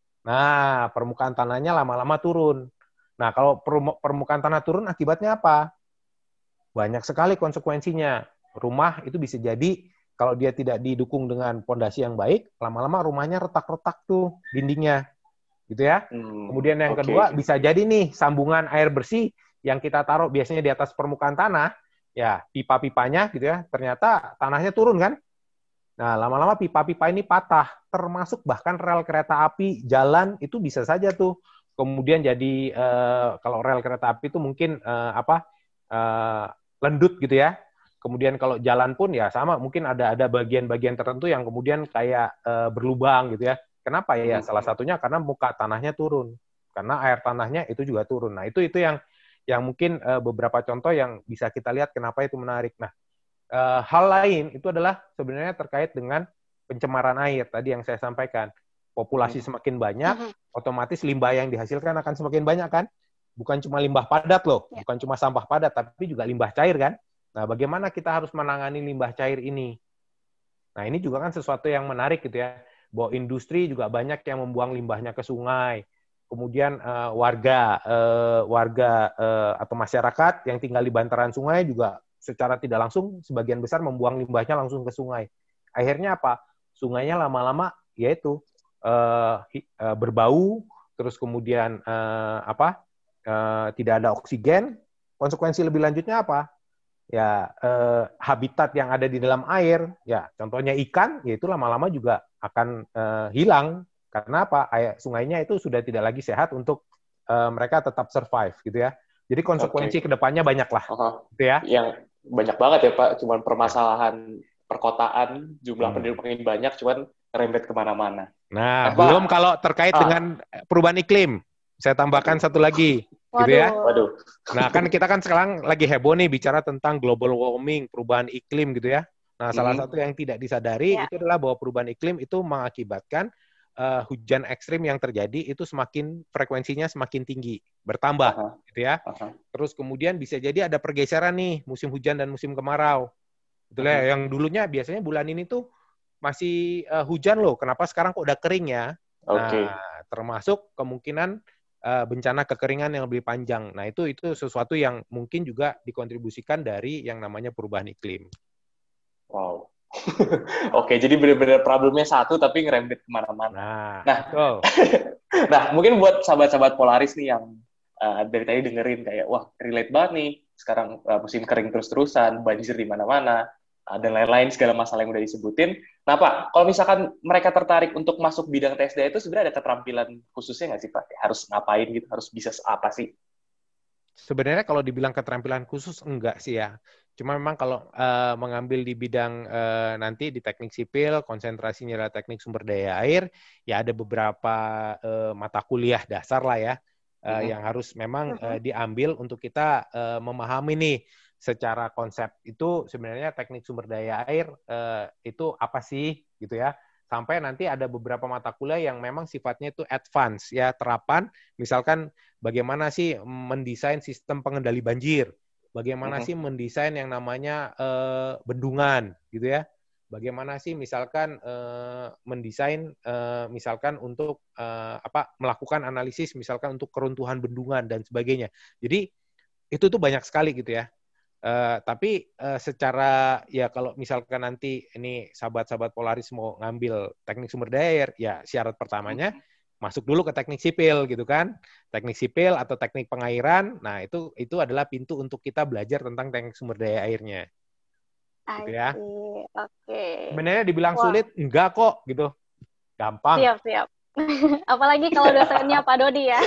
Nah, permukaan tanahnya lama-lama turun. Nah, kalau permukaan tanah turun, akibatnya apa? Banyak sekali konsekuensinya. Rumah itu bisa jadi kalau dia tidak didukung dengan pondasi yang baik, lama-lama rumahnya retak-retak tuh dindingnya, gitu ya. Hmm, Kemudian yang okay. kedua bisa jadi nih sambungan air bersih yang kita taruh biasanya di atas permukaan tanah, ya pipa-pipanya gitu ya, ternyata tanahnya turun kan. Nah, lama-lama pipa-pipa ini patah, termasuk bahkan rel kereta api jalan itu bisa saja tuh kemudian jadi eh, kalau rel kereta api itu mungkin eh, apa eh, lendut gitu ya. Kemudian kalau jalan pun ya sama, mungkin ada ada bagian-bagian tertentu yang kemudian kayak e, berlubang gitu ya. Kenapa ya? Salah satunya karena muka tanahnya turun. Karena air tanahnya itu juga turun. Nah, itu itu yang yang mungkin e, beberapa contoh yang bisa kita lihat kenapa itu menarik. Nah, e, hal lain itu adalah sebenarnya terkait dengan pencemaran air tadi yang saya sampaikan. Populasi semakin banyak, otomatis limbah yang dihasilkan akan semakin banyak kan? Bukan cuma limbah padat loh, ya. Bukan cuma sampah padat, tapi juga limbah cair kan. Nah, bagaimana kita harus menangani limbah cair ini? Nah, ini juga kan sesuatu yang menarik gitu ya. Bahwa industri juga banyak yang membuang limbahnya ke sungai. Kemudian uh, warga, uh, warga uh, atau masyarakat yang tinggal di bantaran sungai juga secara tidak langsung sebagian besar membuang limbahnya langsung ke sungai. Akhirnya apa? Sungainya lama-lama yaitu uh, uh, berbau, terus kemudian uh, apa? Uh, tidak ada oksigen, konsekuensi lebih lanjutnya apa? Ya uh, habitat yang ada di dalam air, ya contohnya ikan, ya itu lama-lama juga akan uh, hilang karena apa? Air sungainya itu sudah tidak lagi sehat untuk uh, mereka tetap survive, gitu ya. Jadi konsekuensi Oke. kedepannya banyak lah, Aha. gitu ya. Yang banyak banget ya Pak, cuman Ya. permasalahan perkotaan, jumlah Hmm. penduduk makin banyak, cuman rembet kemana-mana. Nah, Nah Pak, belum kalau terkait ah, dengan perubahan iklim. Saya tambahkan waduh, satu lagi, gitu ya. Waduh. waduh, Nah, kan kita kan sekarang lagi heboh nih bicara tentang global warming, perubahan iklim gitu ya. Nah, salah Mhm. satu yang tidak disadari Ya. itu adalah bahwa perubahan iklim itu mengakibatkan uh, hujan ekstrim yang terjadi itu semakin frekuensinya semakin tinggi, bertambah, Aha, gitu ya. aha, Terus kemudian bisa jadi ada pergeseran nih musim hujan dan musim kemarau. Itulah mhm. yang dulunya biasanya bulan ini tuh masih uh, hujan loh, kenapa sekarang kok udah kering ya? Nah, Oke, termasuk kemungkinan uh, bencana kekeringan yang lebih panjang. Nah, itu itu sesuatu yang mungkin juga dikontribusikan dari yang namanya perubahan iklim. wow. Oke, jadi benar-benar problemnya satu tapi ngerembet kemana-mana. Nah, Nah, betul. nah mungkin buat sahabat-sahabat Polaris nih yang uh, dari tadi dengerin kayak, wah relate banget nih, sekarang uh, musim kering terus-terusan, banjir di mana-mana, uh, dan lain-lain segala masalah yang udah disebutin. Nah Pak, kalau misalkan mereka tertarik untuk masuk bidang T S D itu sebenarnya ada keterampilan khususnya nggak sih Pak? Harus ngapain gitu, harus bisa apa sih? Sebenarnya kalau dibilang keterampilan khusus enggak sih ya. Cuma memang kalau uh, mengambil di bidang uh, nanti di teknik sipil, konsentrasinya adalah teknik sumber daya air, ya ada beberapa uh, mata kuliah dasar lah ya, uh, Mhm. yang harus memang uh, Mhm. diambil untuk kita uh, memahami nih secara konsep itu sebenarnya teknik sumber daya air uh, itu apa sih gitu ya. Sampai nanti ada beberapa mata kuliah yang memang sifatnya itu advance ya, terapan, misalkan bagaimana sih mendesain sistem pengendali banjir, bagaimana Mhm. sih mendesain yang namanya uh, bendungan, gitu ya. Bagaimana sih misalkan uh, mendesain uh, misalkan untuk uh, apa melakukan analisis misalkan untuk keruntuhan bendungan dan sebagainya. Jadi itu tuh banyak sekali gitu ya. Uh, tapi uh, secara ya kalau misalkan nanti ini sahabat-sahabat Polaris mau ngambil teknik sumber daya air, ya syarat pertamanya masuk dulu ke teknik sipil gitu kan. Teknik sipil atau teknik pengairan, nah itu itu adalah pintu untuk kita belajar tentang teknik sumber daya airnya. Gitu I ya. see. Oke. Sebenarnya dibilang Wah, sulit, enggak kok gitu. Gampang. siap-siap. Apalagi kalau dosennya Pak Dodi ya.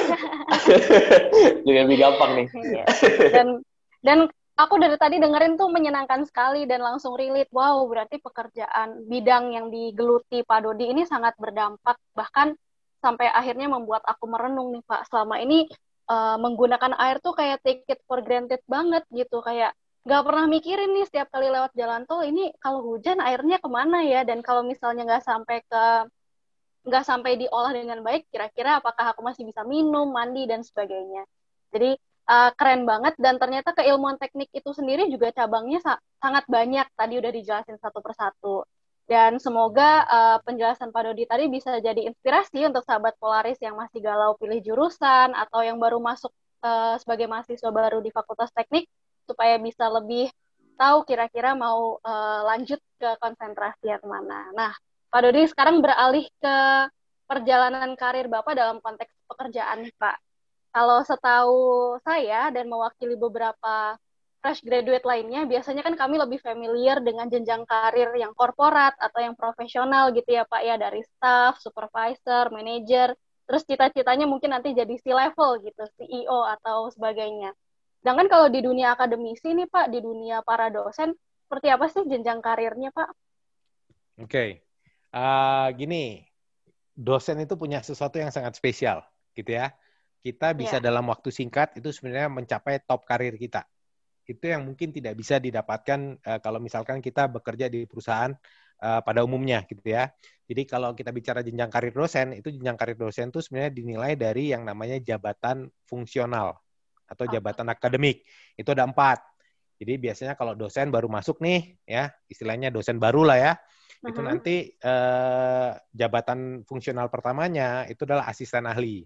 Jadi lebih gampang nih. Iya. Dan dan aku dari tadi dengerin tuh menyenangkan sekali dan langsung relate. Wow, berarti pekerjaan bidang yang digeluti Pak Dodi ini sangat berdampak, bahkan sampai akhirnya membuat aku merenung nih Pak. Selama ini uh, menggunakan air tuh kayak take it for granted banget gitu, kayak nggak pernah mikirin nih setiap kali lewat jalan tol ini kalau hujan airnya kemana ya, dan kalau misalnya nggak sampai ke nggak sampai diolah dengan baik, kira-kira apakah aku masih bisa minum, mandi, dan sebagainya. Jadi uh, keren banget, dan ternyata keilmuan teknik itu sendiri juga cabangnya sa sangat banyak, tadi udah dijelasin satu persatu. Dan semoga uh, penjelasan Pak Dodi tadi bisa jadi inspirasi untuk sahabat Polaris yang masih galau pilih jurusan, atau yang baru masuk uh, sebagai mahasiswa baru di Fakultas Teknik, supaya bisa lebih tahu kira-kira mau uh, lanjut ke konsentrasi yang kemana. Nah, Pak Dodi sekarang beralih ke perjalanan karir Bapak dalam konteks pekerjaan, Pak. Kalau setahu saya dan mewakili beberapa fresh graduate lainnya, biasanya kan kami lebih familiar dengan jenjang karir yang korporat atau yang profesional gitu ya Pak ya, dari staff, supervisor, manager, terus cita-citanya mungkin nanti jadi C-level gitu, C E O atau sebagainya. Sedangkan kalau di dunia akademisi nih Pak, di dunia para dosen, seperti apa sih jenjang karirnya Pak? Oke. Okay. Uh, gini, dosen itu punya sesuatu yang sangat spesial, gitu ya. Kita bisa Ya. dalam waktu singkat itu sebenarnya mencapai top karir kita. Itu yang mungkin tidak bisa didapatkan uh, kalau misalkan kita bekerja di perusahaan uh, pada umumnya, gitu ya. Jadi kalau kita bicara jenjang karir dosen, itu jenjang karir dosen itu sebenarnya dinilai dari yang namanya jabatan fungsional atau jabatan okay. akademik. Itu ada empat. Jadi biasanya kalau dosen baru masuk nih, ya istilahnya dosen baru lah ya, uh-huh. itu nanti eh, jabatan fungsional pertamanya itu adalah asisten ahli.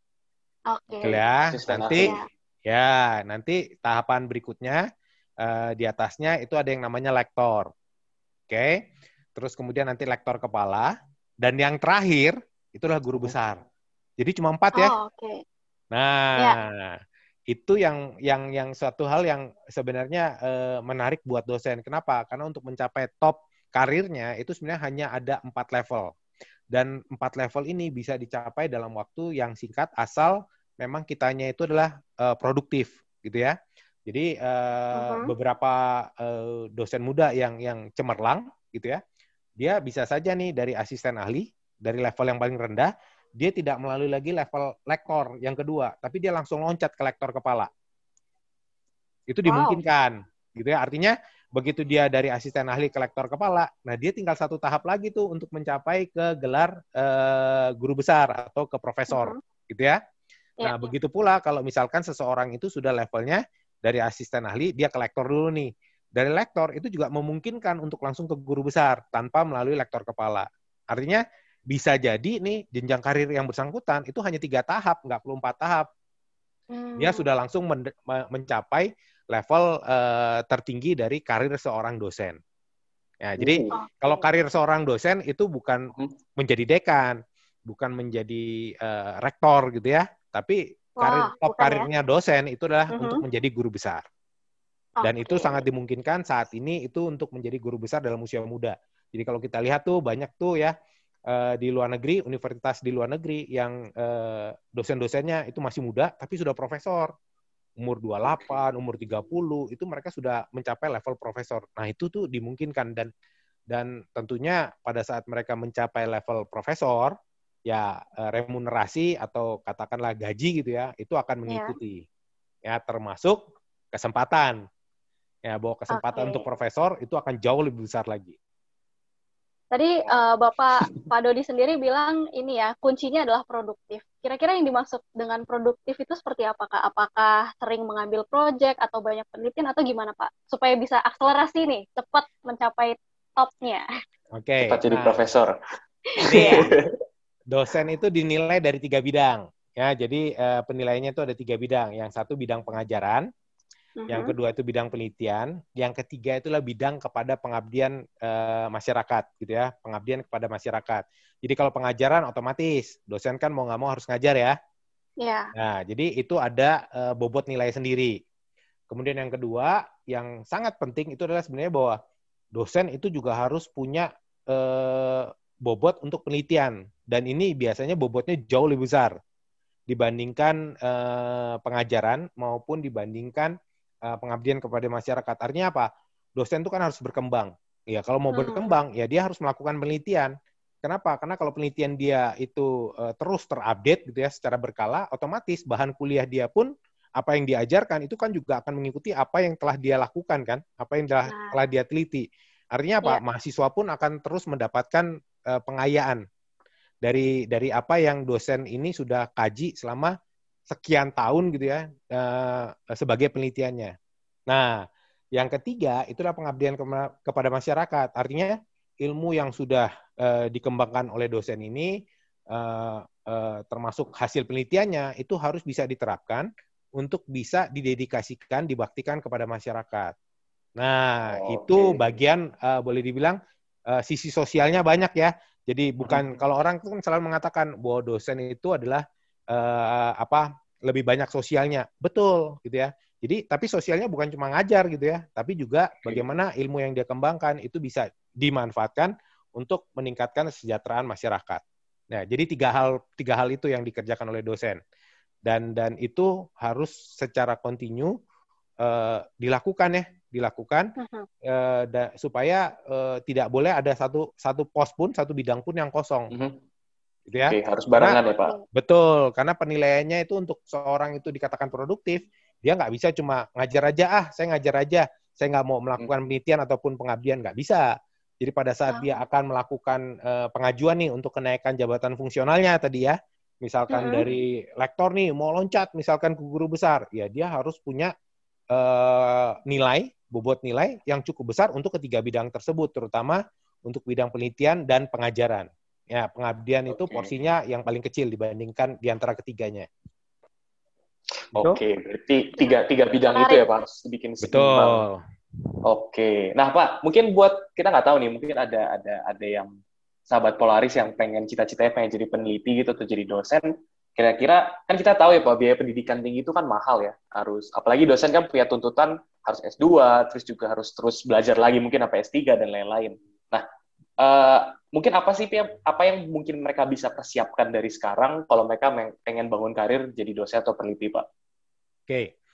Oke. Okay. Ya, Asisten nanti ahli. ya nanti tahapan berikutnya eh, di atasnya itu ada yang namanya lektor. Oke. Okay. Terus kemudian nanti lektor kepala dan yang terakhir itulah guru besar. Jadi cuma empat ya. Oh, oke. Okay. Nah, ya. itu yang yang yang suatu hal yang sebenarnya eh, menarik buat dosen. Kenapa? Karena untuk mencapai top karirnya itu sebenarnya hanya ada empat level. Dan empat level ini bisa dicapai dalam waktu yang singkat asal memang kitanya itu adalah uh, produktif gitu ya. Jadi uh, Mhm. beberapa uh, dosen muda yang yang cemerlang gitu ya, dia bisa saja nih dari asisten ahli, dari level yang paling rendah, dia tidak melalui lagi level lektor yang kedua, tapi dia langsung loncat ke lektor kepala. Itu Wow. dimungkinkan, gitu ya. Artinya begitu dia dari asisten ahli ke lektor kepala, nah dia tinggal satu tahap lagi tuh untuk mencapai ke gelar uh, guru besar atau ke profesor, Mhm. gitu ya. Ya. Nah, begitu pula kalau misalkan seseorang itu sudah levelnya dari asisten ahli, dia ke lektor dulu nih. Dari lektor itu juga memungkinkan untuk langsung ke guru besar tanpa melalui lektor kepala. Artinya bisa jadi nih jenjang karir yang bersangkutan itu hanya tiga tahap, nggak perlu empat tahap. Dia Hmm. sudah langsung men- mencapai level uh, tertinggi dari karir seorang dosen. Ya, jadi Uh. kalau karir seorang dosen itu bukan Hmm. menjadi dekan, bukan menjadi uh, rektor gitu ya, tapi karir Wah, top bukan ya? karirnya dosen itu adalah untuk Mhm. menjadi guru besar. Dan itu Oke. sangat dimungkinkan saat ini itu untuk menjadi guru besar dalam usia muda. Jadi kalau kita lihat tuh banyak tuh ya uh, di luar negeri, universitas di luar negeri yang uh, dosen-dosennya itu masih muda tapi sudah profesor. Umur dua puluh delapan, umur tiga puluh, itu mereka sudah mencapai level profesor. Nah, itu tuh dimungkinkan dan dan tentunya pada saat mereka mencapai level profesor, ya remunerasi atau katakanlah gaji gitu ya, itu akan Ya. mengikuti. Ya, termasuk kesempatan. Ya, bahwa kesempatan untuk Oke. profesor itu akan jauh lebih besar lagi. Tadi uh, Bapak Pak Dodi sendiri bilang ini ya, kuncinya adalah produktif. Kira-kira yang dimaksud dengan produktif itu seperti apa, Kak? Apakah sering mengambil proyek atau banyak penelitian atau gimana, Pak? Supaya bisa akselerasi nih, cepat mencapai topnya. Oke, Cepat jadi nah profesor. ini dosen itu dinilai dari tiga bidang. Ya, jadi uh, penilaiannya itu ada tiga bidang. Yang satu bidang pengajaran, yang Mhm. kedua itu bidang penelitian, yang ketiga itulah bidang kepada pengabdian uh, masyarakat, gitu ya, pengabdian kepada masyarakat. Jadi kalau pengajaran otomatis dosen kan mau nggak mau harus ngajar ya. Ya. Nah, jadi itu ada uh, bobot nilai sendiri. Kemudian yang kedua, yang sangat penting itu adalah sebenarnya bahwa dosen itu juga harus punya uh, bobot untuk penelitian, dan ini biasanya bobotnya jauh lebih besar dibandingkan uh, pengajaran maupun dibandingkan uh, pengabdian kepada masyarakat. Artinya apa? Dosen itu kan harus berkembang. Ya, kalau mau Hmm. berkembang, ya dia harus melakukan penelitian. Kenapa? Karena kalau penelitian dia itu uh, terus terupdate gitu ya secara berkala, otomatis bahan kuliah dia pun apa yang diajarkan itu kan juga akan mengikuti apa yang telah dia lakukan kan, apa yang telah, Nah, telah dia teliti. Artinya apa? ya. Mahasiswa pun akan terus mendapatkan uh, pengayaan dari dari apa yang dosen ini sudah kaji selama sekian tahun gitu ya uh, sebagai penelitiannya. Nah, yang ketiga itulah pengabdian ke- kepada masyarakat. Artinya ilmu yang sudah uh, dikembangkan oleh dosen ini uh, uh, termasuk hasil penelitiannya itu harus bisa diterapkan untuk bisa didedikasikan, dibaktikan kepada masyarakat. Nah, Oh, oke. itu bagian uh, boleh dibilang uh, sisi sosialnya banyak ya. Jadi bukan kalau orang kan selalu mengatakan bahwa dosen itu adalah uh, apa lebih banyak sosialnya. Betul gitu ya. Jadi tapi sosialnya bukan cuma ngajar gitu ya, tapi juga bagaimana ilmu yang dia kembangkan itu bisa dimanfaatkan untuk meningkatkan kesejahteraan masyarakat. Nah, jadi tiga hal tiga hal itu yang dikerjakan oleh dosen. Dan dan itu harus secara kontinu uh, dilakukan ya, dilakukan Mhm. uh, da, supaya uh, tidak boleh ada satu satu pos pun, satu bidang pun yang kosong. Mm-hmm. Gitu Oke, ya. harus Karena barengan ya, Pak. betul, karena penilaiannya itu untuk seorang itu dikatakan produktif, dia nggak bisa cuma ngajar aja, ah saya ngajar aja, saya nggak mau melakukan penelitian ataupun pengabdian, nggak bisa. Jadi pada saat dia akan melakukan uh, pengajuan nih untuk kenaikan jabatan fungsionalnya tadi ya, misalkan Mhm. dari lektor nih mau loncat misalkan ke guru besar, ya dia harus punya uh, nilai, bobot nilai yang cukup besar untuk ketiga bidang tersebut, terutama untuk bidang penelitian dan pengajaran. Ya, pengabdian itu Oke. porsinya yang paling kecil dibandingkan di antara ketiganya. Gitu? Oke, berarti tiga, tiga bidang itu Menarik. ya Pak, harus dibikin seimbang. Betul. Oke, nah Pak, mungkin buat kita nggak tahu nih, mungkin ada ada ada yang sahabat Polaris yang pengen cita-citanya pengen jadi peneliti gitu atau jadi dosen. Kira-kira kan kita tahu ya Pak, biaya pendidikan tinggi itu kan mahal ya, harus apalagi dosen kan punya tuntutan harus S dua, terus juga harus terus belajar lagi mungkin sampai S tiga dan lain-lain. Nah, uh, mungkin apa sih apa yang mungkin mereka bisa persiapkan dari sekarang kalau mereka pengen bangun karir jadi dosen atau peneliti Pak? Oke.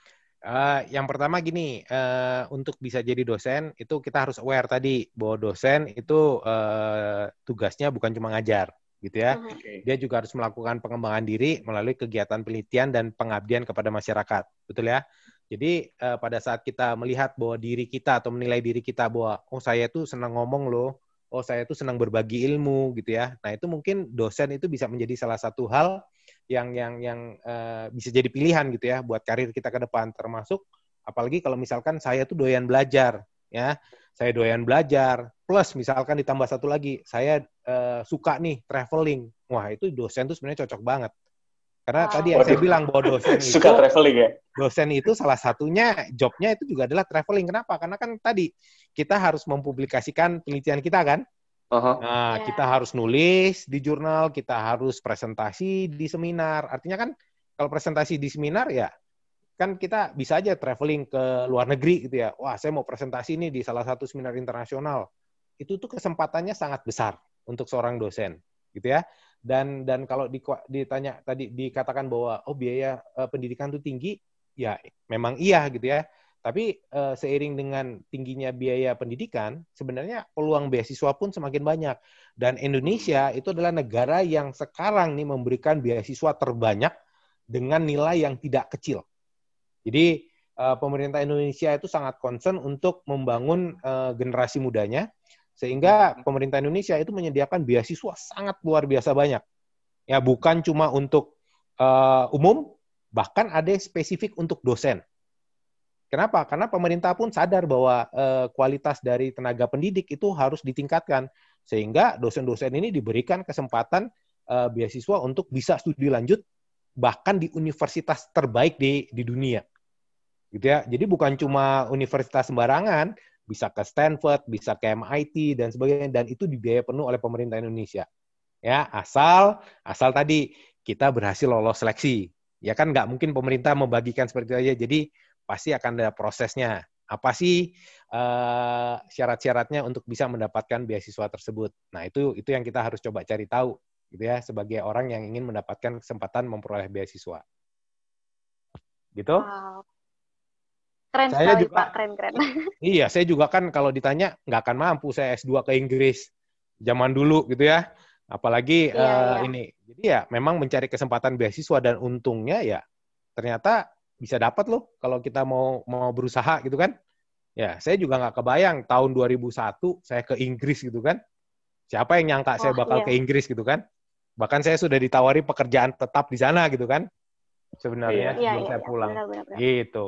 Uh, yang pertama gini, uh, untuk bisa jadi dosen itu kita harus aware tadi bahwa dosen itu uh, tugasnya bukan cuma ngajar, gitu ya. Mhm. Oke. Dia juga harus melakukan pengembangan diri melalui kegiatan penelitian dan pengabdian kepada masyarakat, betul ya. Jadi uh, pada saat kita melihat bahwa diri kita atau menilai diri kita bahwa oh saya tuh senang ngomong loh, oh saya tuh senang berbagi ilmu, gitu ya. Nah itu mungkin dosen itu bisa menjadi salah satu hal yang yang yang uh, bisa jadi pilihan gitu ya buat karir kita ke depan, termasuk apalagi kalau misalkan saya tuh doyan belajar ya, saya doyan belajar plus misalkan ditambah satu lagi saya uh, suka nih traveling, wah itu dosen tuh sebenarnya cocok banget karena Wow. tadi yang saya bilang bahwa dosen itu Suka traveling ya? dosen itu salah satunya jobnya itu juga adalah traveling. Kenapa? Karena kan tadi kita harus mempublikasikan penelitian kita kan. Uh-huh. Nah, Yeah. kita harus nulis di jurnal, kita harus presentasi di seminar. Artinya kan kalau presentasi di seminar ya kan kita bisa aja traveling ke luar negeri gitu ya. Wah, saya mau presentasi ini di salah satu seminar internasional. Itu tuh kesempatannya sangat besar untuk seorang dosen, gitu ya. Dan dan kalau di, ditanya tadi dikatakan bahwa oh biaya uh, pendidikan itu tinggi, ya memang iya gitu ya. Tapi uh, seiring dengan tingginya biaya pendidikan, sebenarnya peluang beasiswa pun semakin banyak. Dan Indonesia itu adalah negara yang sekarang nih memberikan beasiswa terbanyak dengan nilai yang tidak kecil. Jadi uh, pemerintah Indonesia itu sangat concern untuk membangun uh, generasi mudanya, sehingga pemerintah Indonesia itu menyediakan beasiswa sangat luar biasa banyak. Ya bukan cuma untuk uh, umum, bahkan ada spesifik untuk dosen. Kenapa? Karena pemerintah pun sadar bahwa uh, kualitas dari tenaga pendidik itu harus ditingkatkan, sehingga dosen-dosen ini diberikan kesempatan uh, beasiswa untuk bisa studi lanjut bahkan di universitas terbaik di di dunia, gitu ya. Jadi bukan cuma universitas sembarangan, bisa ke Stanford, bisa ke M I T dan sebagainya, dan itu dibiayai penuh oleh pemerintah Indonesia. Ya, asal asal tadi kita berhasil lolos seleksi. Ya kan nggak mungkin pemerintah membagikan seperti itu aja. Jadi pasti akan ada prosesnya. Apa sih uh, syarat-syaratnya untuk bisa mendapatkan beasiswa tersebut? Nah, itu itu yang kita harus coba cari tahu, gitu ya, sebagai orang yang ingin mendapatkan kesempatan memperoleh beasiswa. Gitu? Wow. Keren Saya sekali, juga, Pak. Keren-keren. Iya, saya juga kan kalau ditanya nggak akan mampu saya S dua ke Inggris zaman dulu gitu ya. Apalagi Iya, uh, iya. ini. Jadi ya memang mencari kesempatan beasiswa dan untungnya ya ternyata bisa dapat loh kalau kita mau mau berusaha gitu kan. Ya, saya juga nggak kebayang tahun dua ribu satu saya ke Inggris gitu kan. Siapa yang nyangka saya Wah, bakal iya. ke Inggris gitu kan. Bahkan saya sudah ditawari pekerjaan tetap di sana gitu kan. Sebenarnya Iya, sebelum iya, saya iya. pulang. Benar, benar, benar. Gitu.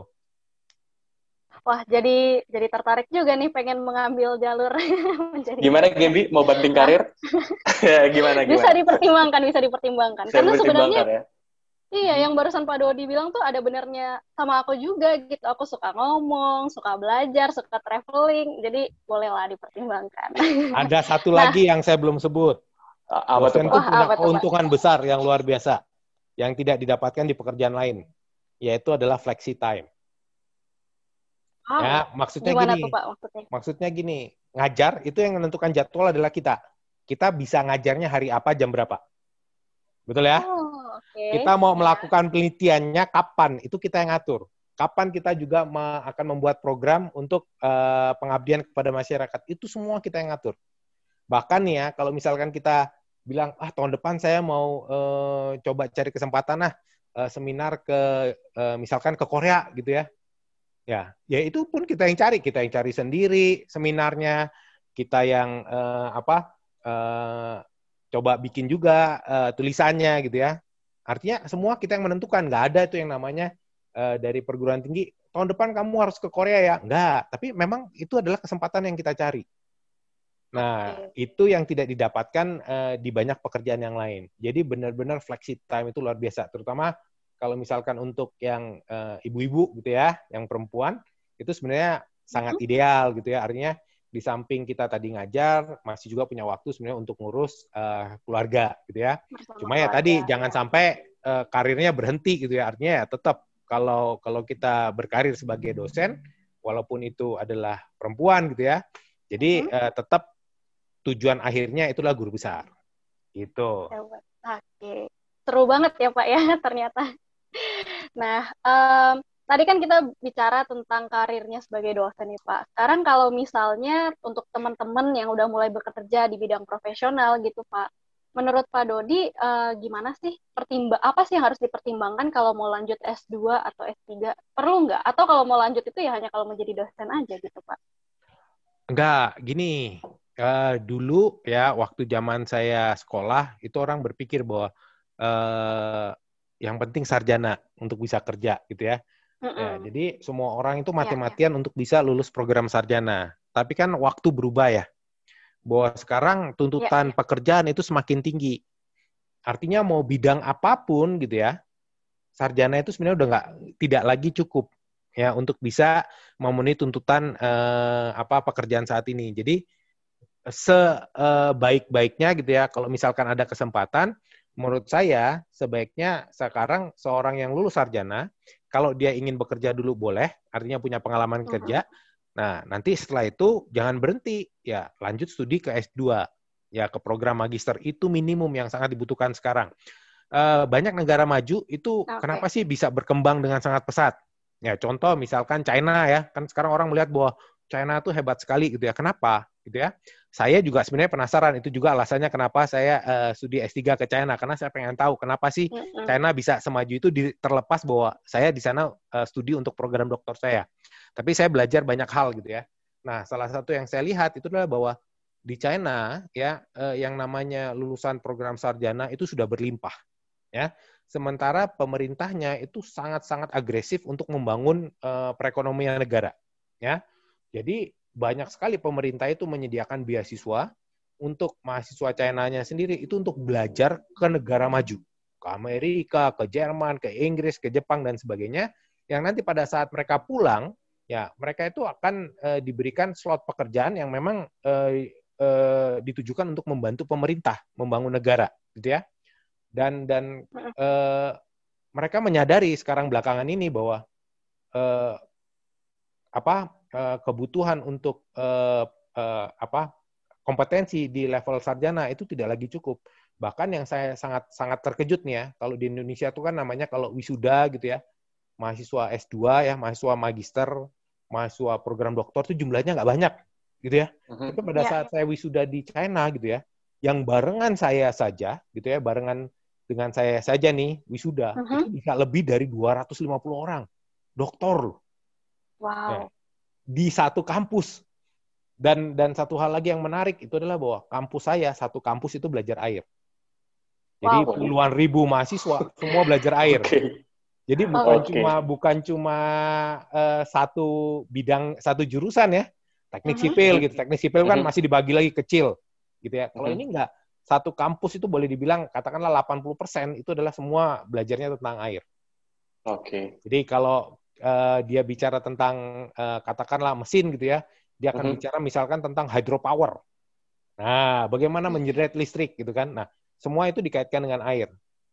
Wah, jadi jadi tertarik juga nih pengen mengambil jalur menjadi. Gimana Gembi, mau banting karir? gimana, gimana? Bisa dipertimbangkan, bisa dipertimbangkan. Bisa Karena sebenarnya ya? iya, yang barusan Pak Dodi bilang tuh ada benernya sama aku juga gitu. Aku suka ngomong, suka belajar, suka traveling. Jadi bolehlah dipertimbangkan. Ada satu Nah, lagi yang saya belum sebut. Apa tuh, Dosen Pak? itu Wah, punya apa tuh, Pak? keuntungan besar yang luar biasa yang tidak didapatkan di pekerjaan lain, yaitu adalah flexi time. Wow. Ya, maksudnya Gimana gini. tuh, Pak, maksudnya? Maksudnya gini, ngajar itu yang menentukan jadwal adalah kita. Kita bisa ngajarnya hari apa, jam berapa. Betul ya? Oh, oke. Okay. Kita mau Ya. melakukan penelitiannya kapan, itu kita yang ngatur. Kapan kita juga me- akan membuat program untuk uh, pengabdian kepada masyarakat, itu semua kita yang ngatur. Bahkan nih ya, kalau misalkan kita bilang, ah tahun depan saya mau uh, coba cari kesempatan nah uh, seminar ke uh, misalkan ke Korea gitu ya. Ya, ya itu pun kita yang cari, kita yang cari sendiri seminarnya, kita yang uh, apa uh, coba bikin juga uh, tulisannya gitu ya. Artinya semua kita yang menentukan, nggak ada itu yang namanya uh, dari perguruan tinggi tahun depan kamu harus ke Korea ya, nggak. Tapi memang itu adalah kesempatan yang kita cari. Nah, okay. Itu yang tidak didapatkan uh, di banyak pekerjaan yang lain. Jadi benar-benar flexi time itu luar biasa, terutama kalau misalkan untuk yang uh, ibu-ibu gitu ya, yang perempuan, itu sebenarnya sangat ideal gitu ya. Artinya di samping kita tadi ngajar, masih juga punya waktu sebenarnya untuk ngurus uh, keluarga gitu ya. Bersama Cuma ya keluarga, tadi ya. Jangan sampai uh, karirnya berhenti gitu ya. Artinya ya tetap kalau kalau kita berkarir sebagai dosen, walaupun itu adalah perempuan gitu ya, jadi uh, tetap tujuan akhirnya itulah guru besar. Gitu. Oke. Seru banget ya Pak ya ternyata. Nah, um, tadi kan kita bicara tentang karirnya sebagai dosen nih Pak. Sekarang kalau misalnya untuk teman-teman yang udah mulai bekerja di bidang profesional gitu Pak, menurut Pak Dodi eh, gimana sih pertimba apa sih yang harus dipertimbangkan kalau mau lanjut S dua atau S tiga? Perlu nggak? Atau kalau mau lanjut itu ya hanya kalau menjadi dosen aja gitu Pak? Enggak, gini. Eh, dulu ya waktu zaman saya sekolah itu orang berpikir bahwa eh, yang penting sarjana untuk bisa kerja gitu ya. Ya, Mm-mm. jadi semua orang itu Ya, ya. mati-matian untuk bisa lulus program sarjana. Tapi kan waktu berubah ya. Bahwa sekarang Ya, tuntutan ya. pekerjaan itu semakin tinggi. Artinya mau bidang apapun gitu ya, sarjana itu sebenarnya udah nggak tidak lagi cukup ya untuk bisa memenuhi tuntutan eh, apa pekerjaan saat ini. Jadi sebaik-baiknya gitu ya, kalau misalkan ada kesempatan, menurut saya sebaiknya sekarang seorang yang lulus sarjana, kalau dia ingin bekerja dulu boleh, artinya punya pengalaman Mhm. kerja. Nah, nanti setelah itu jangan berhenti, ya lanjut studi ke S dua, ya ke program magister, itu minimum yang sangat dibutuhkan sekarang. Eh, banyak negara maju itu Oke. kenapa sih bisa berkembang dengan sangat pesat? Ya, contoh misalkan China ya, kan sekarang orang melihat bahwa China tuh hebat sekali gitu ya. Kenapa? Gitu ya. Saya juga sebenarnya penasaran, itu juga alasannya kenapa saya uh, studi S tiga ke China, karena saya pengen tahu kenapa sih Mm-mm. China bisa semaju itu di, terlepas bahwa saya di sana uh, studi untuk program doktor saya. Tapi saya belajar banyak hal gitu ya. Nah, salah satu yang saya lihat itu adalah bahwa di China ya uh, yang namanya lulusan program sarjana itu sudah berlimpah ya. Sementara pemerintahnya itu sangat-sangat agresif untuk membangun uh, perekonomian negara ya. Jadi banyak sekali pemerintah itu menyediakan beasiswa untuk mahasiswa China-nya sendiri itu untuk belajar ke negara maju, ke Amerika, ke Jerman, ke Inggris, ke Jepang dan sebagainya. Yang nanti pada saat mereka pulang, ya mereka itu akan uh, diberikan slot pekerjaan yang memang uh, uh, ditujukan untuk membantu pemerintah membangun negara, gitu ya. Dan dan uh, mereka menyadari sekarang belakangan ini bahwa uh, apa uh, kebutuhan untuk uh, uh, apa kompetensi di level sarjana itu tidak lagi cukup. Bahkan yang saya sangat sangat terkejut nih ya, kalau di Indonesia itu kan namanya kalau wisuda gitu ya, mahasiswa S dua ya, mahasiswa magister, mahasiswa program doktor itu jumlahnya nggak banyak gitu ya. Mhm. Tapi pada Ya. saat saya wisuda di China gitu ya, yang barengan saya saja gitu ya, barengan dengan saya saja nih wisuda, Mhm. itu bisa lebih dari dua ratus lima puluh orang. Doktor loh. Ya, Wow. di satu kampus. Dan dan satu hal lagi yang menarik itu adalah bahwa kampus saya, satu kampus itu belajar air. Jadi Wow. puluhan ribu mahasiswa semua belajar air. Oke. Jadi bukan Oke. cuma bukan cuma uh, satu bidang satu jurusan ya, teknik Mhm. sipil gitu. Teknik sipil kan Mhm. masih dibagi lagi kecil gitu ya. Kalau Mhm. ini enggak, satu kampus itu boleh dibilang katakanlah delapan puluh persen itu adalah semua belajarnya tentang air. Oke. Jadi kalau uh, dia bicara tentang uh, katakanlah mesin gitu ya, dia akan Mhm. bicara misalkan tentang hydropower. Nah, bagaimana menjerat listrik gitu kan. Nah, semua itu dikaitkan dengan air.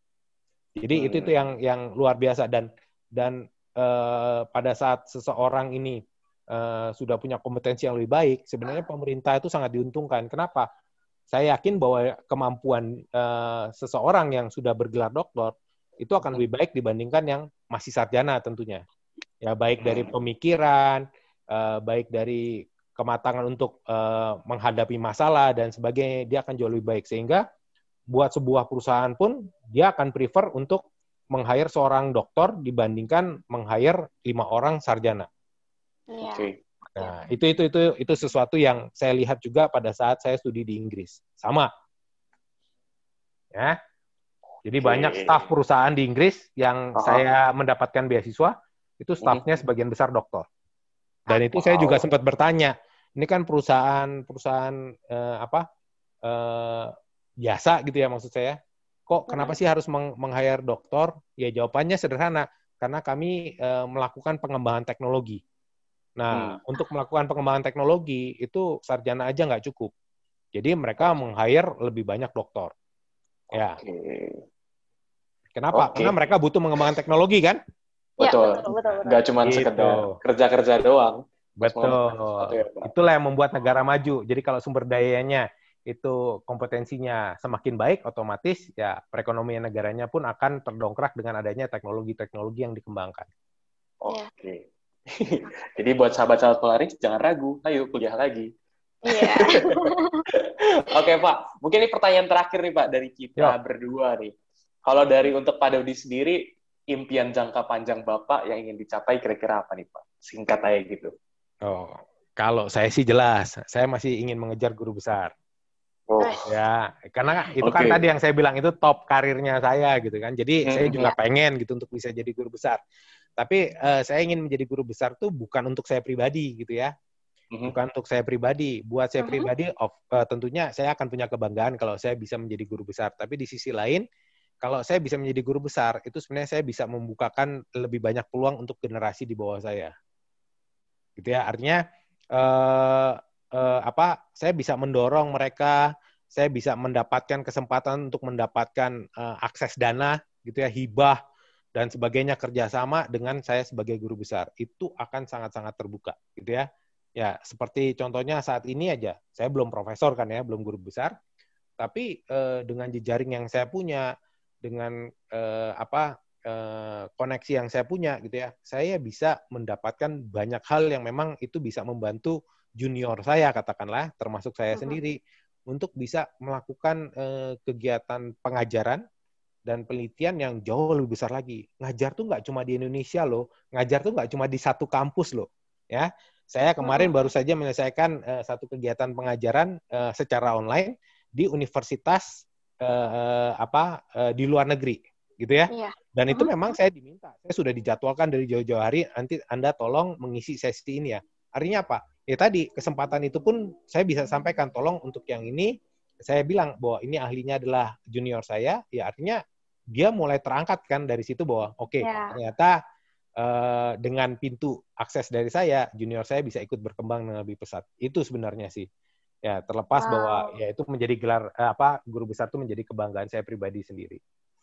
Jadi itu itu Hmm. yang yang luar biasa dan dan uh, pada saat seseorang ini uh, sudah punya kompetensi yang lebih baik, sebenarnya pemerintah itu sangat diuntungkan. Kenapa? Saya yakin bahwa kemampuan uh, seseorang yang sudah bergelar doktor itu akan lebih baik dibandingkan yang masih sarjana tentunya. Ya baik dari pemikiran, uh, baik dari kematangan untuk uh, menghadapi masalah dan sebagainya, dia akan jauh lebih baik. Sehingga buat sebuah perusahaan pun dia akan prefer untuk meng-hire seorang dokter dibandingkan meng-hire lima orang sarjana. Iya. Oke. Nah, itu itu itu itu sesuatu yang saya lihat juga pada saat saya studi di Inggris. Sama. Ya. Jadi Oke. banyak staf perusahaan di Inggris yang Aha. saya mendapatkan beasiswa, itu stafnya sebagian besar dokter. Dan itu saya juga Wow. sempat bertanya, ini kan perusahaan perusahaan eh, apa eh, biasa gitu ya maksud saya. Kok kenapa sih harus meng-hire dokter? Ya jawabannya sederhana, karena kami eh, melakukan pengembangan teknologi. Nah, Hmm. untuk melakukan pengembangan teknologi itu sarjana aja nggak cukup. Jadi mereka meng-hire lebih banyak dokter. Ya. Oke. Kenapa? Oke. Karena mereka butuh mengembangkan teknologi kan? Ya, Betul. betul, betul, betul. Nggak cuma Gitu. sekedar kerja-kerja doang. Terus Betul. mengembangkan sesuatu ya, Pak. Itulah yang membuat negara maju. Jadi kalau sumber dayanya itu kompetensinya semakin baik, otomatis ya perekonomian negaranya pun akan terdongkrak dengan adanya teknologi-teknologi yang dikembangkan. Oke. Okay. Jadi buat sahabat-sahabat Polaris, jangan ragu. Ayo kuliah lagi. Iya. Oke, Pak. Mungkin ini pertanyaan terakhir nih, Pak, dari kita Yo. berdua nih. Kalau dari untuk Pak Dodi sendiri, impian jangka panjang Bapak yang ingin dicapai kira-kira apa nih, Pak? Singkat aja gitu. Oh, kalau saya sih jelas, saya masih ingin mengejar guru besar. Oh. Ya, karena itu Oke. kan tadi yang saya bilang itu top karirnya saya gitu kan. Jadi Hmm, saya juga ya. pengen gitu untuk bisa jadi guru besar. Tapi eh, saya ingin menjadi guru besar tuh bukan untuk saya pribadi gitu ya. Mhm. Bukan untuk saya pribadi. Buat saya Mhm. pribadi, of, uh, tentunya saya akan punya kebanggaan kalau saya bisa menjadi guru besar. Tapi di sisi lain, kalau saya bisa menjadi guru besar, itu sebenarnya saya bisa membukakan lebih banyak peluang untuk generasi di bawah saya. Gitu ya. Artinya, uh, uh, apa? Saya bisa mendorong mereka, saya bisa mendapatkan kesempatan untuk mendapatkan uh, akses dana, gitu ya, hibah dan sebagainya, kerjasama dengan saya sebagai guru besar. Itu akan sangat-sangat terbuka, gitu ya. Ya, seperti contohnya saat ini aja, saya belum profesor kan ya, belum guru besar, tapi eh, dengan jejaring yang saya punya, dengan eh, apa eh, koneksi yang saya punya gitu ya, saya bisa mendapatkan banyak hal yang memang itu bisa membantu junior saya katakanlah, termasuk saya Mhm. sendiri, untuk bisa melakukan eh, kegiatan pengajaran dan penelitian yang jauh lebih besar lagi. Ngajar tuh nggak cuma di Indonesia loh, ngajar tuh nggak cuma di satu kampus loh, ya. Saya kemarin Mhm. baru saja menyelesaikan uh, satu kegiatan pengajaran uh, secara online di universitas uh, apa uh, di luar negeri, gitu ya. Iya. Dan itu Mhm. memang saya diminta, saya sudah dijadwalkan dari jauh-jauh hari, nanti Anda tolong mengisi sesi ini ya. Artinya apa? Ya tadi, kesempatan itu pun saya bisa sampaikan, tolong untuk yang ini, saya bilang bahwa ini ahlinya adalah junior saya, ya artinya dia mulai terangkat kan dari situ bahwa oke, okay, Ya. ternyata Uh, dengan pintu akses dari saya, junior saya bisa ikut berkembang dengan lebih pesat. Itu sebenarnya sih. Ya, terlepas Wow. bahwa ya itu menjadi gelar eh, apa guru besar itu menjadi kebanggaan saya pribadi sendiri.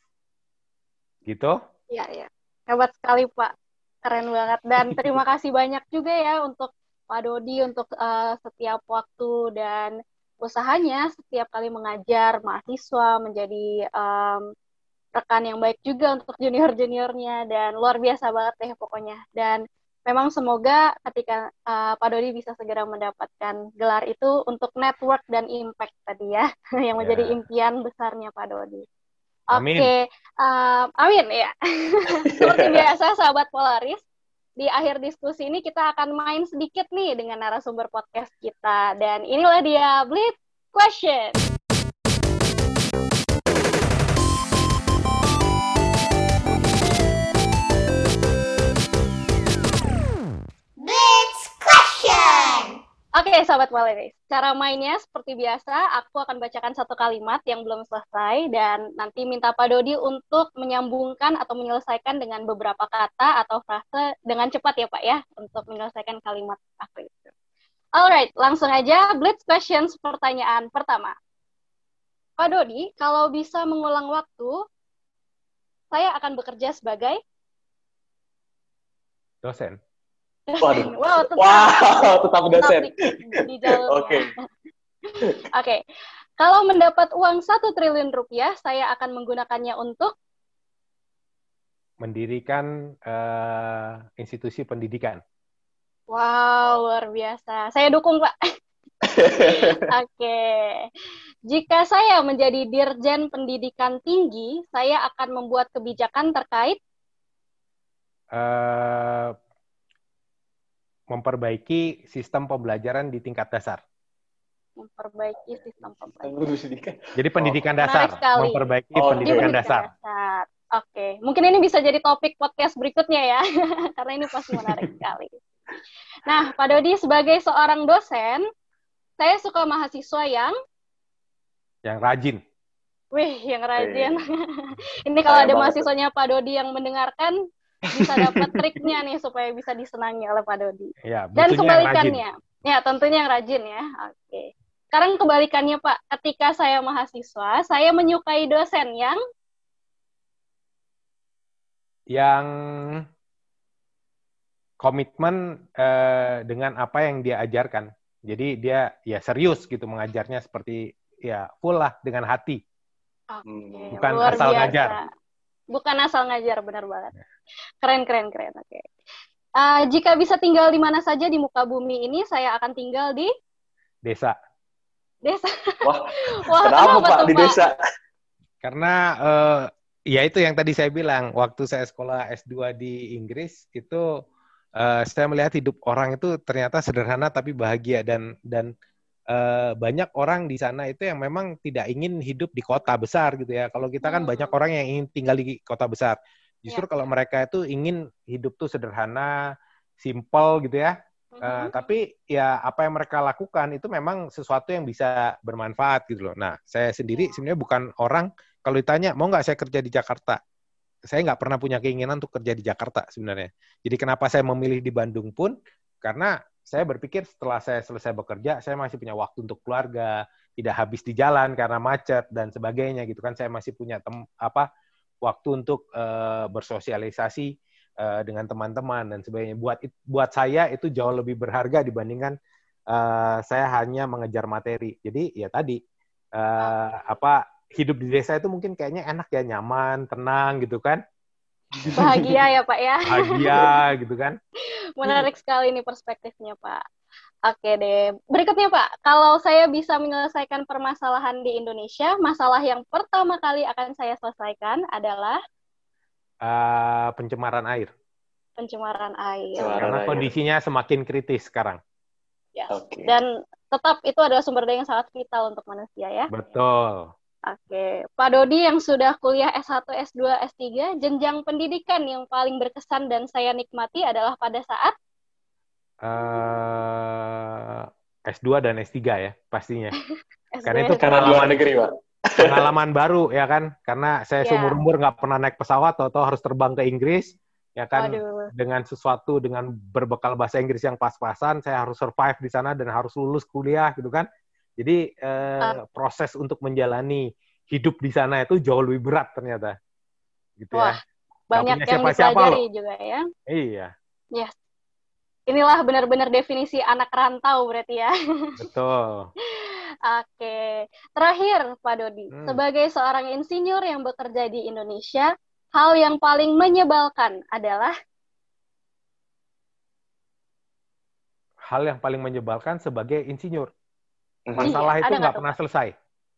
Gitu? Iya, iya. Hebat sekali, Pak. Keren banget. Dan terima kasih banyak juga ya untuk Pak Dodi untuk uh, setiap waktu dan usahanya setiap kali mengajar mahasiswa menjadi um, rekan yang baik juga untuk junior-juniornya, dan luar biasa banget deh pokoknya. Dan memang semoga ketika uh, Pak Dodi bisa segera mendapatkan gelar itu untuk network dan impact tadi ya, yang menjadi Ya. impian besarnya Pak Dodi. Amin. Oke, uh, amin ya. Seperti biasa sahabat Polaris, di akhir diskusi ini kita akan main sedikit nih dengan narasumber podcast kita. Dan inilah dia Blitz Question. Oke, okay, sahabat Polaris. Cara mainnya seperti biasa, aku akan bacakan satu kalimat yang belum selesai dan nanti minta Pak Dodi untuk menyambungkan atau menyelesaikan dengan beberapa kata atau frase dengan cepat ya Pak ya, untuk menyelesaikan kalimat aku itu. Alright, langsung aja Blitz Questions pertanyaan pertama. Pak Dodi, kalau bisa mengulang waktu, saya akan bekerja sebagai dosen. Waduh. Wow, tetap, wow, tetap dosen. Di, di jalurnya. Oke. Oke. Okay. Kalau mendapat uang satu triliun rupiah, saya akan menggunakannya untuk mendirikan uh, institusi pendidikan. Wow, luar biasa. Saya dukung, Pak. Oke. Okay. Jika saya menjadi Dirjen Pendidikan Tinggi, saya akan membuat kebijakan terkait uh, memperbaiki sistem pembelajaran di tingkat dasar. Memperbaiki sistem pembelajaran. Jadi pendidikan oh, dasar, memperbaiki oh, pendidikan, pendidikan dasar. dasar. Oke, okay. Mungkin ini bisa jadi topik podcast berikutnya ya, karena ini pasti menarik sekali. Nah, Pak Dodi sebagai seorang dosen, saya suka mahasiswa yang yang rajin. Wih, yang rajin. Hey. Ini kalau ada mahasiswanya Pak Dodi yang mendengarkan, bisa dapat triknya nih supaya bisa disenangi oleh Pak Dodi. Ya, dan kebalikannya, ya tentunya yang rajin ya. Oke. Sekarang kebalikannya Pak, ketika saya mahasiswa, saya menyukai dosen yang yang komitmen eh, dengan apa yang dia ajarkan. Jadi dia ya serius gitu mengajarnya, seperti ya full lah dengan hati. Oke, bukan luar asal biasa. ngajar. Bukan asal ngajar, benar banget. Keren, keren, keren. Oke. Uh, jika bisa tinggal di mana saja di muka bumi ini, saya akan tinggal di desa. Desa. Wah, Wah, kenapa, kenapa Pak tuh, di Pak? desa? Karena uh, ya itu yang tadi saya bilang, waktu saya sekolah S dua di Inggris itu uh, saya melihat hidup orang itu ternyata sederhana tapi bahagia, dan dan uh, banyak orang di sana itu yang memang tidak ingin hidup di kota besar gitu ya. Kalau kita kan Hmm. banyak orang yang ingin tinggal di kota besar. Justru Ya. kalau mereka itu ingin hidup tuh sederhana, simple gitu ya. Uh, Mhm. tapi ya apa yang mereka lakukan itu memang sesuatu yang bisa bermanfaat gitu loh. Nah, saya sendiri sebenarnya bukan orang, kalau ditanya mau nggak saya kerja di Jakarta, saya nggak pernah punya keinginan untuk kerja di Jakarta sebenarnya. Jadi kenapa saya memilih di Bandung pun, karena saya berpikir setelah saya selesai bekerja, saya masih punya waktu untuk keluarga, tidak habis di jalan karena macet dan sebagainya gitu kan. Saya masih punya tem apa waktu untuk uh, bersosialisasi uh, dengan teman-teman dan sebagainya. Buat buat saya itu jauh lebih berharga dibandingkan uh, saya hanya mengejar materi. Jadi ya tadi uh, apa hidup di desa itu mungkin kayaknya enak ya, nyaman, tenang gitu kan. Bahagia ya, Pak ya. Bahagia gitu kan. Menarik sekali nih perspektifnya, Pak. Oke deh. Berikutnya, Pak, kalau saya bisa menyelesaikan permasalahan di Indonesia, masalah yang pertama kali akan saya selesaikan adalah uh, pencemaran air. Pencemaran air. Pencemaran Karena air. kondisinya semakin kritis sekarang. Yes. Oke. Dan tetap itu adalah sumber daya yang sangat vital untuk manusia ya. Betul. Oke, Pak Dodi yang sudah kuliah S satu, S dua, S tiga, jenjang pendidikan yang paling berkesan dan saya nikmati adalah pada saat uh, S dua dan S tiga ya, pastinya. S dua, Karena itu Karena di luar pengalaman, negeri, Pak. pengalaman baru ya kan, karena saya Ya. seumur umur nggak pernah naik pesawat, atau harus terbang ke Inggris, ya kan, Waduh. dengan sesuatu, dengan berbekal bahasa Inggris yang pas-pasan, saya harus survive di sana dan harus lulus kuliah gitu kan. Jadi eh, Uh. proses untuk menjalani hidup di sana itu jauh lebih berat ternyata, gitu Wah, ya. banyak punya yang siapa-siapa dipelajari loh. juga ya. Iya. Yes. Inilah benar-benar definisi anak rantau berarti ya. Betul. Oke, terakhir Pak Dodi, Hmm. sebagai seorang insinyur yang bekerja di Indonesia, hal yang paling menyebalkan adalah? Hal yang paling menyebalkan sebagai insinyur. Mhm. Masalah Iya, itu ada nggak nggak tuh, pernah Pak? selesai.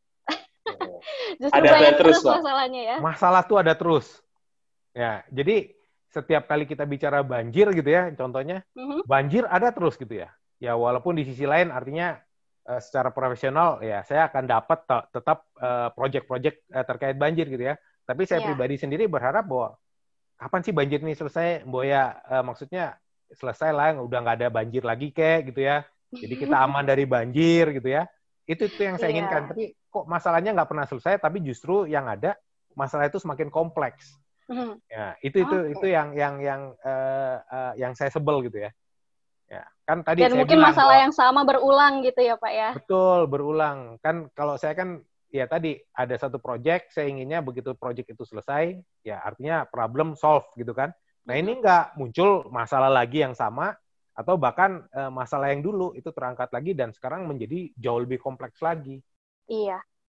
Justru Ada banyak terus, terus Pak. masalahnya ya. Masalah tuh ada terus. Ya, jadi setiap kali kita bicara banjir gitu ya, contohnya, Mhm. banjir ada terus gitu ya. Ya walaupun di sisi lain artinya uh, secara profesional ya saya akan dapat te- tetap uh, project-project uh, terkait banjir gitu ya. Tapi saya Iya. pribadi sendiri berharap bahwa kapan sih banjir ini selesai, Boya? Uh, maksudnya selesai lah, udah nggak ada banjir lagi kek gitu ya. Jadi kita aman dari banjir gitu ya. Itu itu yang saya Iya. inginkan. Tapi kok masalahnya nggak pernah selesai, tapi justru yang ada masalah itu semakin kompleks. Mhm. Ya, itu itu Oke. itu yang yang yang uh, uh, yang saya sebel gitu ya. Ya, kan tadi Dan saya mungkin bilang masalah bahwa, yang sama berulang gitu ya, Pak ya. betul, berulang. Kan kalau saya kan ya tadi ada satu project, saya inginnya begitu project itu selesai, ya artinya problem solve gitu kan. Nah, Mhm. ini nggak muncul masalah lagi yang sama, atau bahkan uh, masalah yang dulu itu terangkat lagi dan sekarang menjadi jauh lebih kompleks lagi. Iya.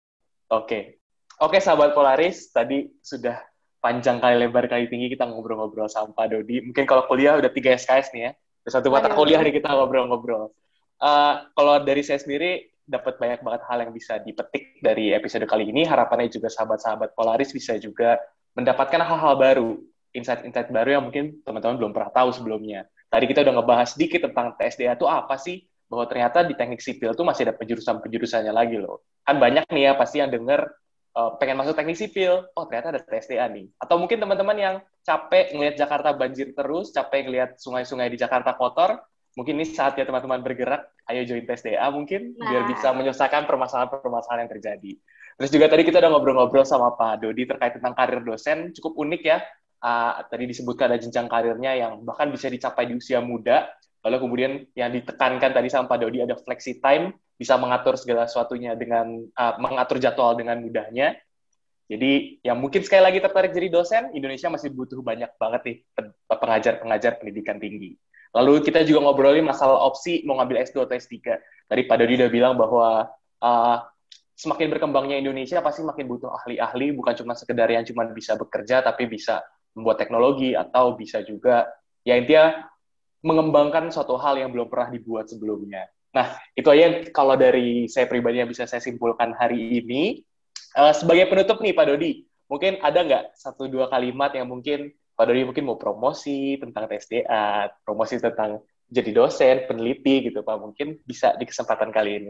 Oke. Oke, sahabat Polaris, tadi sudah panjang kali lebar kali tinggi kita ngobrol-ngobrol sama Pak Dodi. Mungkin kalau kuliah udah tiga S K S nih ya. Udah satu mata Waduh. kuliah nih kita ngobrol-ngobrol. Uh, kalau dari saya sendiri, dapat banyak banget hal yang bisa dipetik dari episode kali ini. Harapannya juga sahabat-sahabat Polaris bisa juga mendapatkan hal-hal baru, insight-insight baru yang mungkin teman-teman belum pernah tahu sebelumnya. Tadi kita udah ngebahas sedikit tentang T S D A itu apa sih, bahwa ternyata di teknik sipil tuh masih ada penjurusan-penjurusannya lagi loh. Kan banyak nih ya pasti yang denger uh, pengen masuk teknik sipil, oh ternyata ada T S D A nih. Atau mungkin teman-teman yang capek ngelihat Jakarta banjir terus, capek ngelihat sungai-sungai di Jakarta kotor, mungkin ini saatnya teman-teman bergerak, ayo join T S D A mungkin, Nah. biar bisa menyelesaikan permasalahan-permasalahan yang terjadi. Terus juga tadi kita udah ngobrol-ngobrol sama Pak Dodi terkait tentang karir dosen, cukup unik ya. Uh, tadi disebutkan ada jenjang karirnya yang bahkan bisa dicapai di usia muda, lalu kemudian yang ditekankan tadi sama Pak Dodi ada flexi time, bisa mengatur segala sesuatunya dengan, uh, mengatur jadwal dengan mudahnya. Jadi yang mungkin sekali lagi tertarik jadi dosen, Indonesia masih butuh banyak banget nih pengajar-pengajar pendidikan tinggi. Lalu kita juga ngobrolin masalah opsi mau ngambil S dua atau S tiga. Tadi Pak Dodi udah bilang bahwa uh, semakin berkembangnya Indonesia pasti makin butuh ahli-ahli, bukan cuma sekedar yang cuma bisa bekerja, tapi bisa membuat teknologi, atau bisa juga, ya intinya mengembangkan suatu hal yang belum pernah dibuat sebelumnya. Nah, itu aja kalau dari saya pribadi yang bisa saya simpulkan hari ini. Uh, sebagai penutup nih, Pak Dodi, mungkin ada nggak satu dua kalimat yang mungkin Pak Dodi mungkin mau promosi tentang T S D A, promosi tentang jadi dosen, peneliti gitu, Pak. Mungkin bisa di kesempatan kali ini.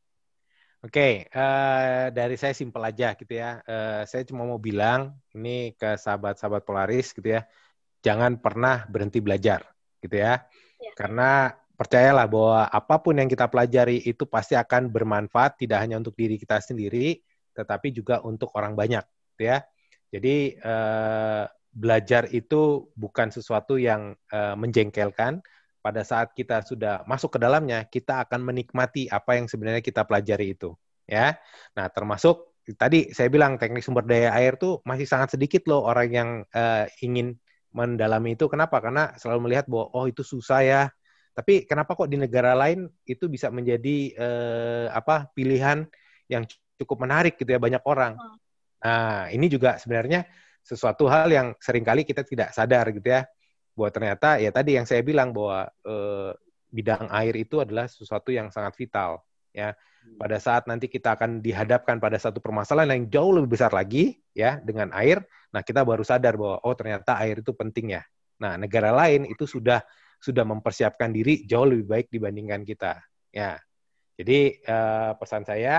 Oke, uh, dari saya simpel aja gitu ya. Uh, saya cuma mau bilang ini ke sahabat-sahabat Polaris gitu ya, jangan pernah berhenti belajar gitu ya. ya. Karena percayalah bahwa apapun yang kita pelajari itu pasti akan bermanfaat tidak hanya untuk diri kita sendiri, tetapi juga untuk orang banyak gitu ya. Jadi uh, belajar itu bukan sesuatu yang uh, menjengkelkan. Pada saat kita sudah masuk ke dalamnya, kita akan menikmati apa yang sebenarnya kita pelajari itu, ya. Nah, termasuk tadi saya bilang teknik sumber daya air tuh masih sangat sedikit loh orang yang uh, ingin mendalami itu. Kenapa? Karena selalu melihat bahwa oh itu susah ya. Tapi kenapa kok di negara lain itu bisa menjadi uh, apa pilihan yang cukup menarik gitu ya banyak orang. Nah, ini juga sebenarnya sesuatu hal yang seringkali kita tidak sadar gitu ya. Bahwa ternyata ya tadi yang saya bilang bahwa eh, bidang air itu adalah sesuatu yang sangat vital ya. Pada saat nanti kita akan dihadapkan pada satu permasalahan yang jauh lebih besar lagi ya dengan air, nah kita baru sadar bahwa oh ternyata air itu penting ya. Nah, negara lain itu sudah sudah mempersiapkan diri jauh lebih baik dibandingkan kita ya. Jadi eh, pesan saya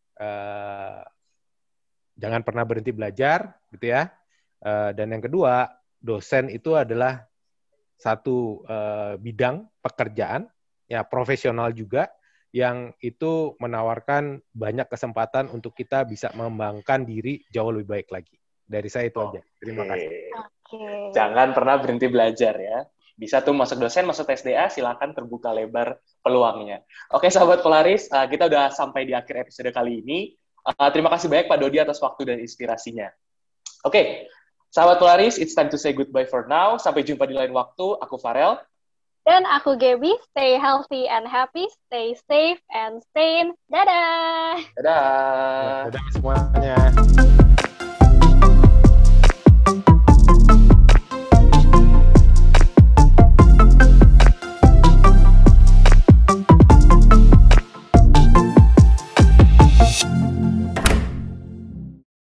eh, jangan pernah berhenti belajar gitu ya. Eh, dan yang kedua, dosen itu adalah satu uh, bidang pekerjaan ya profesional juga yang itu menawarkan banyak kesempatan untuk kita bisa mengembangkan diri jauh lebih baik lagi. Dari saya itu aja. Terima kasih. Okay. Jangan pernah berhenti belajar ya. Bisa tuh masuk dosen, masuk T S D A, silakan terbuka lebar peluangnya. Oke, sahabat Polaris, uh, kita udah sampai di akhir episode kali ini. Uh, terima kasih banyak Pak Dodi atas waktu dan inspirasinya. Oke. Okay. Sahabat Polaris, it's time to say goodbye for now. Sampai jumpa di lain waktu. Aku Farel. Dan aku Gaby. Stay healthy and happy. Stay safe and sane. Dadah! Dadah! Dadah semuanya.